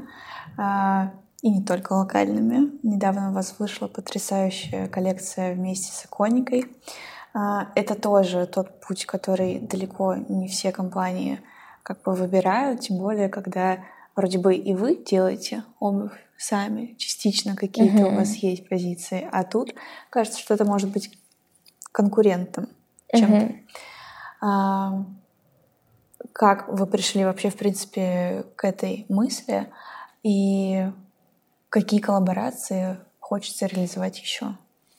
и не только локальными. Недавно у вас вышла потрясающая коллекция вместе с Иконикой. Это тоже тот путь, который далеко не все компании как бы выбирают, тем более, когда вроде бы и вы делаете обувь сами, частично какие-то uh-huh. у вас есть позиции, а тут кажется, что это может быть конкурентом чем-то. Uh-huh. А, как вы пришли вообще, в принципе, к этой мысли и какие коллаборации хочется реализовать еще?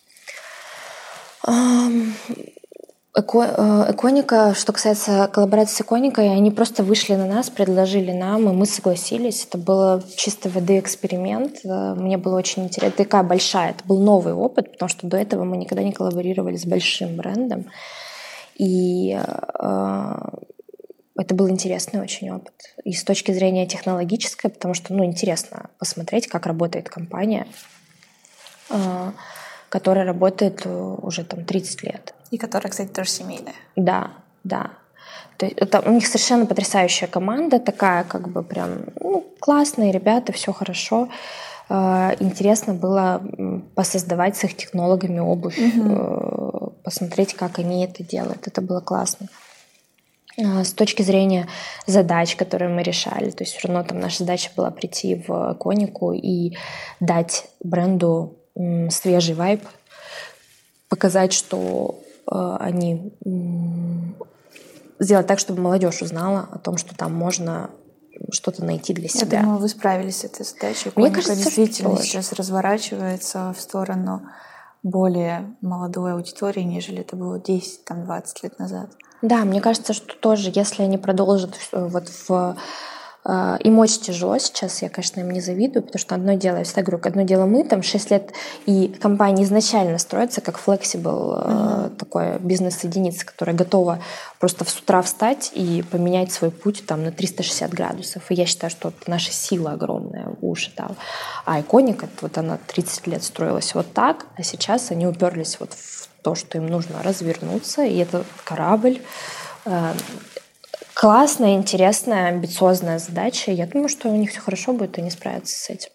Um... Эко, Эконика, что касается коллаборации с Эконикой, они просто вышли на нас, предложили нам, и мы согласились. Это был чистой воды эксперимент. Мне было очень интересно. Это такая большая, это был новый опыт, потому что до этого мы никогда не коллаборировали с большим брендом. И э, это был интересный очень опыт. И с точки зрения технологической, потому что ну, интересно посмотреть, как работает компания, э, которая работает уже там тридцать лет. И которая, кстати, тоже семейная. Да, да. То есть это, у них совершенно потрясающая команда, такая как бы прям ну, классные ребята, все хорошо. Э, интересно было посоздавать с их технологами обувь, угу. э, посмотреть, как они это делают. Это было классно. Э, с точки зрения задач, которые мы решали, то есть все равно там наша задача была прийти в Конику и дать бренду м, свежий вайб, показать, что они сделать так, чтобы молодежь узнала о том, что там можно что-то найти для себя. Я думаю, вы справились с этой задачей. Мне кажется, действительно сейчас разворачивается в сторону более молодой аудитории, нежели это было десять-двадцать лет назад. Да, мне кажется, что тоже, если они продолжат вот в и мочь тяжело сейчас, я, конечно, им не завидую, потому что одно дело, я всегда говорю, одно дело мы, там шесть лет, и компания изначально строится как flexible, uh-huh. такое бизнес-единица, которая готова просто с утра встать и поменять свой путь там на триста шестьдесят градусов. И я считаю, что это наша сила огромная у Шитала. А Эконика, вот она тридцать лет строилась вот так, а сейчас они уперлись вот в то, что им нужно развернуться, и это корабль. Классная, интересная, амбициозная задача. Я думаю, что у них все хорошо будет, и они справятся с этим.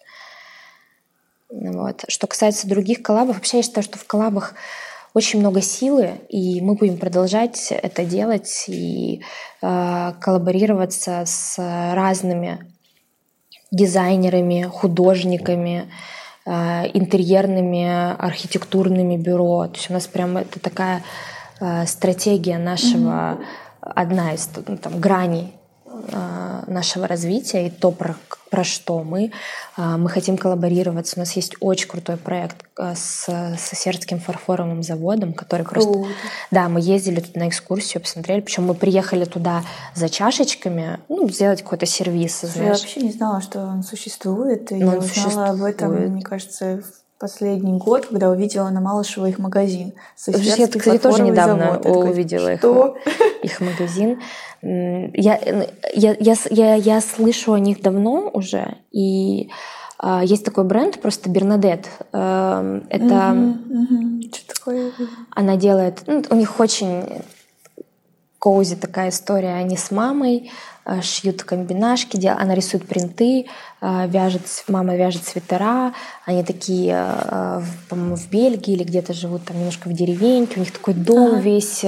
Вот. Что касается других коллабов, вообще я считаю, что в коллабах очень много силы, и мы будем продолжать это делать и э, коллаборироваться с разными дизайнерами, художниками, э, интерьерными, архитектурными бюро. То есть у нас прям это такая э, стратегия нашего... Mm-hmm. одна из ну, там, граней э, нашего развития и то, про, про что мы. Э, мы хотим коллаборироваться. У нас есть очень крутой проект э, с, с Сердским фарфоровым заводом, который просто... Uh-huh. Да, мы ездили туда на экскурсию, посмотрели, причем мы приехали туда за чашечками, ну, сделать какой-то сервис. Я вообще не знала, что он существует, и Но я узнала существует. об этом, мне кажется, последний год, когда увидела на Малышево их магазин. Я, кстати, тоже недавно завод. увидела их, их магазин. Я, я, я, я, я слышу о них давно уже, и э, есть такой бренд, просто Бернадет. Э, это... Mm-hmm, mm-hmm. Что такое? Она делает... Ну, у них очень коузи такая история. Они с мамой шьют комбинашки, дел... она рисует принты, вяжет, мама вяжет свитера. Они такие, по-моему, в Бельгии или где-то живут там немножко в деревеньке. У них такой дом ага. весь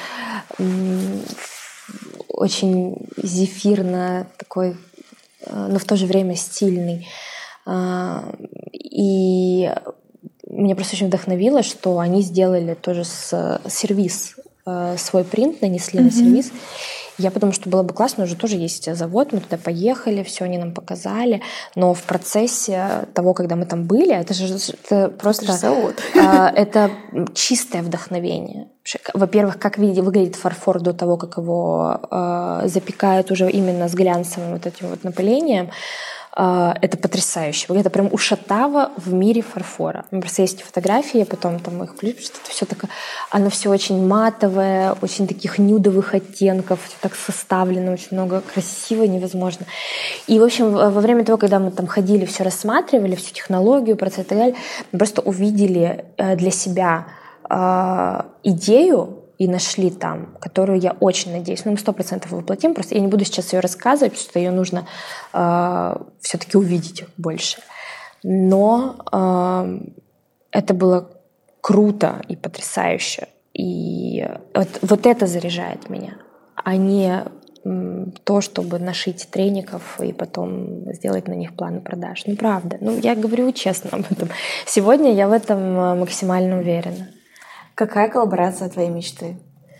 очень зефирно такой, но в то же время стильный. И меня просто очень вдохновило, что они сделали тоже с сервиз, свой принт нанесли mm-hmm. на сервиз. Я подумала, что было бы классно, уже тоже есть завод, мы туда поехали, все они нам показали, но в процессе того, когда мы там были, это же это просто это, же завод. Э, это чистое вдохновение. Во-первых, как выглядит фарфор до того, как его э, запекают уже именно с глянцевым вот этим вот напылением. Это потрясающе. Это прям ушатава в мире фарфора. У меня просто есть фотографии, потом там их включу, что это все такое. Оно все очень матовое, очень таких нюдовых оттенков, все так составлено, очень много красиво, невозможно. И, в общем, во время того, когда мы там ходили, все рассматривали, всю технологию, процесс и так далее, мы просто увидели для себя идею, и нашли там, которую я очень надеюсь, ну, мы сто процентов воплотим, просто я не буду сейчас ее рассказывать, потому что ее нужно э, все-таки увидеть больше. Но э, это было круто и потрясающе. И вот, вот это заряжает меня, а не то, чтобы нашить треников и потом сделать на них планы продаж. Ну, правда. Ну, я говорю честно об этом. Сегодня я в этом максимально уверена. Какая коллаборация твоей мечты?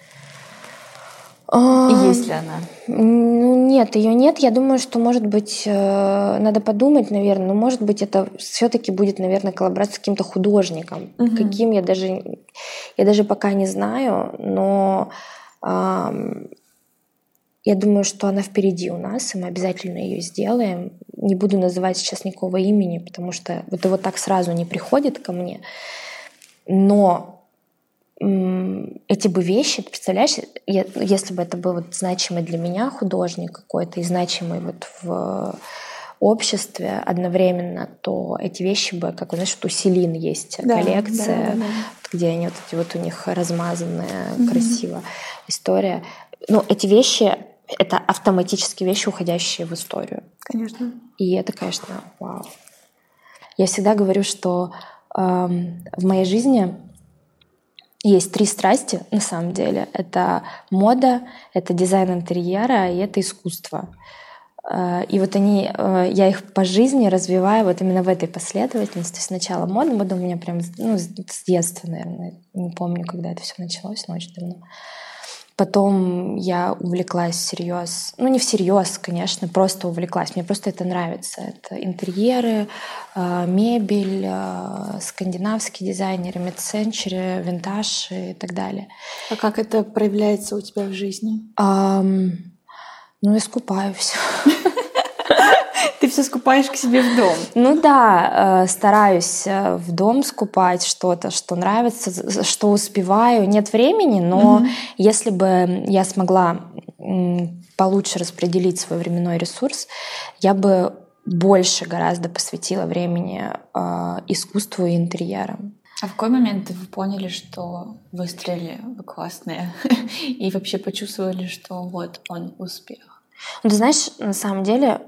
А, И есть ли она? Ну, нет, ее нет. Я думаю, что, может быть, надо подумать, наверное, но, может быть, это все-таки будет, наверное, коллаборация с каким-то художником. Угу. Каким, я даже, я даже пока не знаю, но эм, я думаю, что она впереди у нас, и мы обязательно ее сделаем. Не буду называть сейчас никакого имени, потому что вот его так сразу не приходит ко мне. Но эти бы вещи, ты представляешь, если бы это был вот значимый для меня художник какой-то и значимый вот в обществе одновременно, то эти вещи бы, как, знаешь, вот у Селин есть да, коллекция, да, да, да. где они вот эти вот у них размазанная, mm-hmm. красиво история. Но эти вещи — это автоматически вещи, уходящие в историю. Конечно. И это, конечно, вау. Я всегда говорю, что эм, в моей жизни есть три страсти, на самом деле. Это мода, это дизайн интерьера и это искусство. И вот они, я их по жизни развиваю вот именно в этой последовательности. Сначала мода, мода у меня прям ну, с детства, наверное. Не помню, когда это все началось, но очень давно. Потом я увлеклась всерьез, ну не всерьез, конечно, просто увлеклась. Мне просто это нравится. Это интерьеры, мебель, скандинавские дизайнеры, мид-сенчури, винтаж и так далее. А как это проявляется у тебя в жизни? Um, ну, я скупаюсь. Ты все скупаешь к себе в дом? Ну да, стараюсь в дом скупать что-то, что нравится, что успеваю. Нет времени, но mm-hmm. если бы я смогла получше распределить свой временной ресурс, я бы больше гораздо посвятила времени искусству и интерьерам. А в какой момент вы поняли, что выстрелили, вы классные, и вообще почувствовали, что вот он успех? Ну, ты знаешь, на самом деле,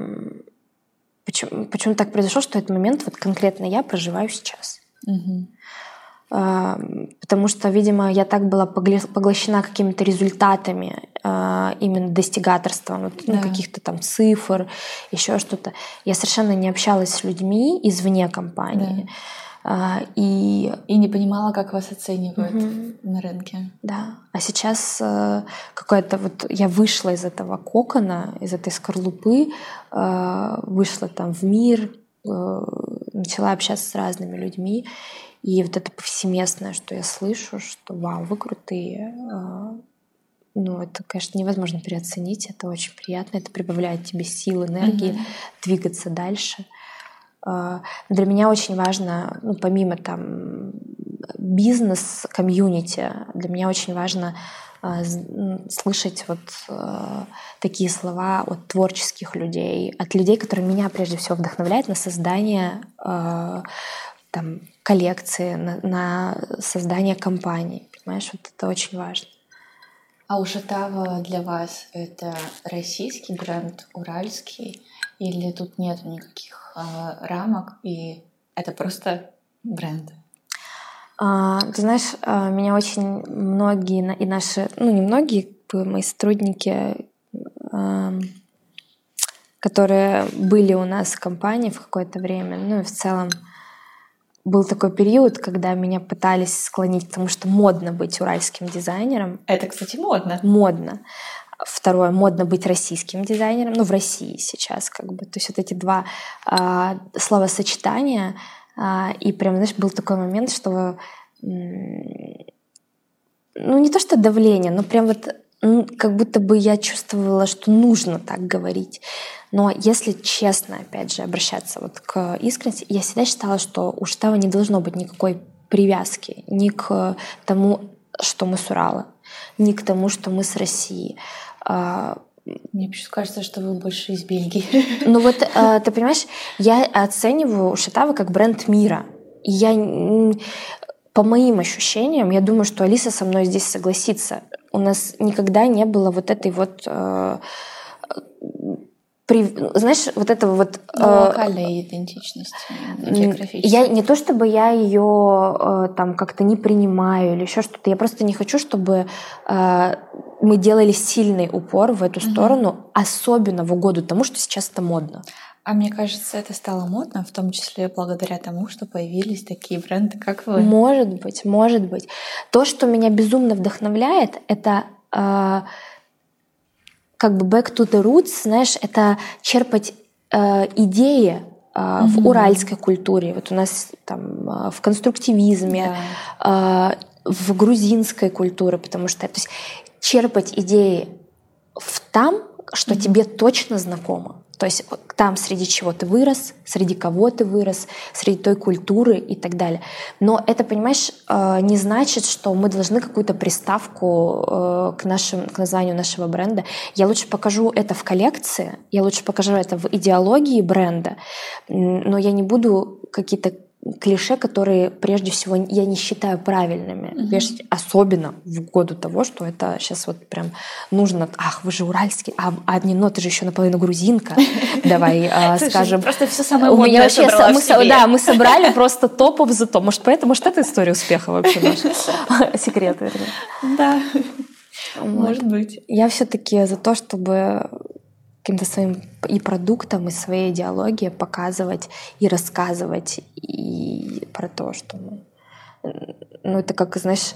почему, почему так произошло, что этот момент вот конкретно я проживаю сейчас. Угу. А, потому что, видимо, я так была поглощена какими-то результатами, а, именно достигаторством, вот, ну, да. каких-то там цифр, еще что-то. Я совершенно не общалась с людьми извне компании. Да. И... и не понимала, как вас оценивают угу. на рынке. Да. А сейчас какая-то вот я вышла из этого кокона, из этой скорлупы, вышла там в мир, начала общаться с разными людьми. И вот это повсеместное, что я слышу, что вау, вы крутые. Ну, это, конечно, невозможно переоценить. Это очень приятно. Это прибавляет тебе сил, энергии угу. двигаться дальше. Для меня очень важно, ну, помимо там бизнес-комьюнити, для меня очень важно э, слышать вот э, такие слова от творческих людей, от людей, которые меня прежде всего вдохновляют на создание э, там, коллекции, на, на создание компаний. Понимаешь, вот это очень важно. А у Шатава для вас это российский бренд, уральский? Или тут нет никаких э, рамок, и это просто бренд? А, ты знаешь, меня очень многие, и наши, ну не многие, мои сотрудники, э, которые были у нас в компании в какое-то время, ну и в целом был такой период, когда меня пытались склонить к тому, что модно быть уральским дизайнером. Это, кстати, модно. Модно. Второе, модно быть российским дизайнером, ну, в России сейчас как бы. То есть вот эти два э, словосочетания. Э, и прям, знаешь, был такой момент, что... Э, ну, не то что давление, но прям вот ну, как будто бы я чувствовала, что нужно так говорить. Но если честно, опять же, обращаться вот к искренности, я всегда считала, что у Шатава не должно быть никакой привязки ни к тому, что мы с Урала, ни к тому, что мы с России. Мне почему-то кажется, что вы больше из Бельгии. Ну вот, ты понимаешь, я оцениваю Шатава как бренд мира. И я, по моим ощущениям, я думаю, что Алиса со мной здесь согласится. У нас никогда не было вот этой вот При, знаешь, вот это вот... Ну, локальная э, идентичность географическая. Я не то, чтобы я ее э, там как-то не принимаю или еще что-то. Я просто не хочу, чтобы э, мы делали сильный упор в эту сторону, угу. особенно в угоду тому, что сейчас это модно. А мне кажется, это стало модно, в том числе благодаря тому, что появились такие бренды, как вы. Может быть, может быть. То, что меня безумно вдохновляет, это... Э, как бы back to the roots, знаешь, это черпать э, идеи э, mm-hmm. в уральской культуре, вот у нас там э, в конструктивизме, yeah. э, в грузинской культуре, потому что то есть, черпать идеи в там, что mm-hmm. тебе точно знакомо. То есть там, среди чего ты вырос, среди кого ты вырос, среди той культуры и так далее. Но это, понимаешь, не значит, что мы должны какую-то приставку к, нашим, к названию нашего бренда. Я лучше покажу это в коллекции, я лучше покажу это в идеологии бренда, но я не буду какие-то клише, которые, прежде всего, я не считаю правильными. Mm-hmm. Особенно в году того, что это сейчас вот прям нужно. Ах, вы же уральский, а, а не, ну ты же еще наполовину грузинка. Давай скажем. Просто все самое модное собрала в себе. Да, мы собрали просто топов за топ. Может, поэтому, может, это история успеха вообще наша? Секрет, вернее. Да, может быть. Я все-таки за то, чтобы каким-то своим и продуктом, и своей идеологией показывать и рассказывать и про то, что мы... Ну, это как, знаешь,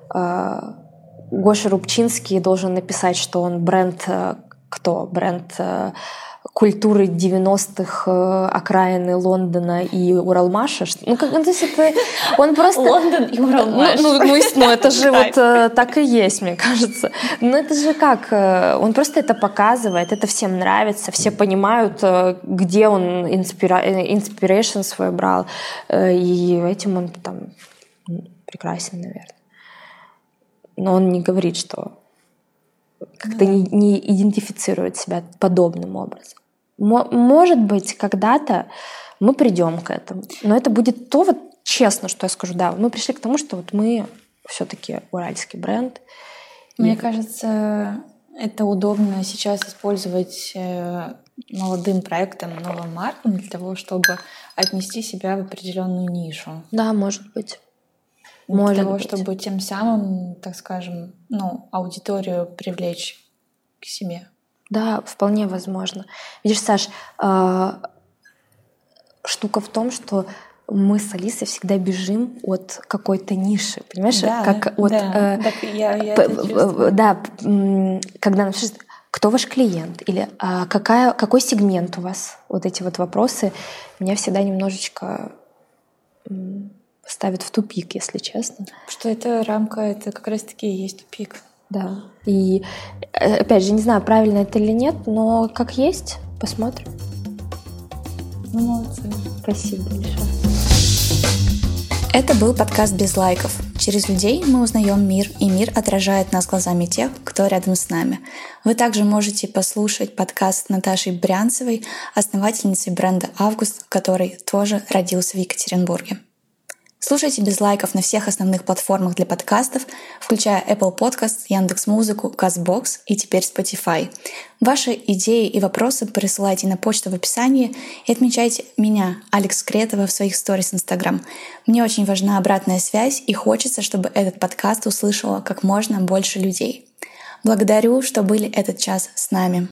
Гоша Рубчинский должен написать, что он бренд... Кто? Бренд культуры девяностых, окраины Лондона и Уралмаша. Ну, как, ну, то есть это... Он просто... Лондон и Уралмаш. Ну, ну, ну, ну это же вот так и есть, мне кажется. Ну, это же как... Он просто это показывает, это всем нравится, все понимают, где он inspiration свой брал, и этим он там прекрасен, наверное. Но он не говорит, что как-то не, не идентифицирует себя подобным образом. Может быть, когда-то мы придем к этому, но это будет то, вот честно, что я скажу, да, мы пришли к тому, что вот мы все-таки уральский бренд. Мне и... кажется, это удобно сейчас использовать молодым проектом, новым маркам для того, чтобы отнести себя в определенную нишу. Да, может быть. Для Может того, быть. чтобы тем самым, так скажем, ну, аудиторию привлечь к себе. Да, вполне возможно. Видишь, Саш, э, штука в том, что мы с Алисой всегда бежим от какой-то ниши, понимаешь? Да, как от, да. Э, так я, я п- это чувствую. Да, когда нам спрашивают, кто ваш клиент или а какая, какой сегмент у вас, вот эти вот вопросы меня всегда немножечко ставят в тупик, если честно. Что эта рамка, это как раз-таки и есть тупик. Да. И опять же, не знаю, правильно это или нет, но как есть, посмотрим. Ну, молодцы. Спасибо большое. Это был подкаст «Без лайков». Через людей мы узнаем мир, и мир отражает нас глазами тех, кто рядом с нами. Вы также можете послушать подкаст Наташи Брянцевой, основательницы бренда «Август», который тоже родился в Екатеринбурге. Слушайте «Без лайков» на всех основных платформах для подкастов, включая Apple Podcast, Яндекс.Музыку, Castbox и теперь Spotify. Ваши идеи и вопросы присылайте на почту в описании и отмечайте меня, Алекс Кретова, в своих сторис Instagram. Мне очень важна обратная связь и хочется, чтобы этот подкаст услышало как можно больше людей. Благодарю, что были этот час с нами.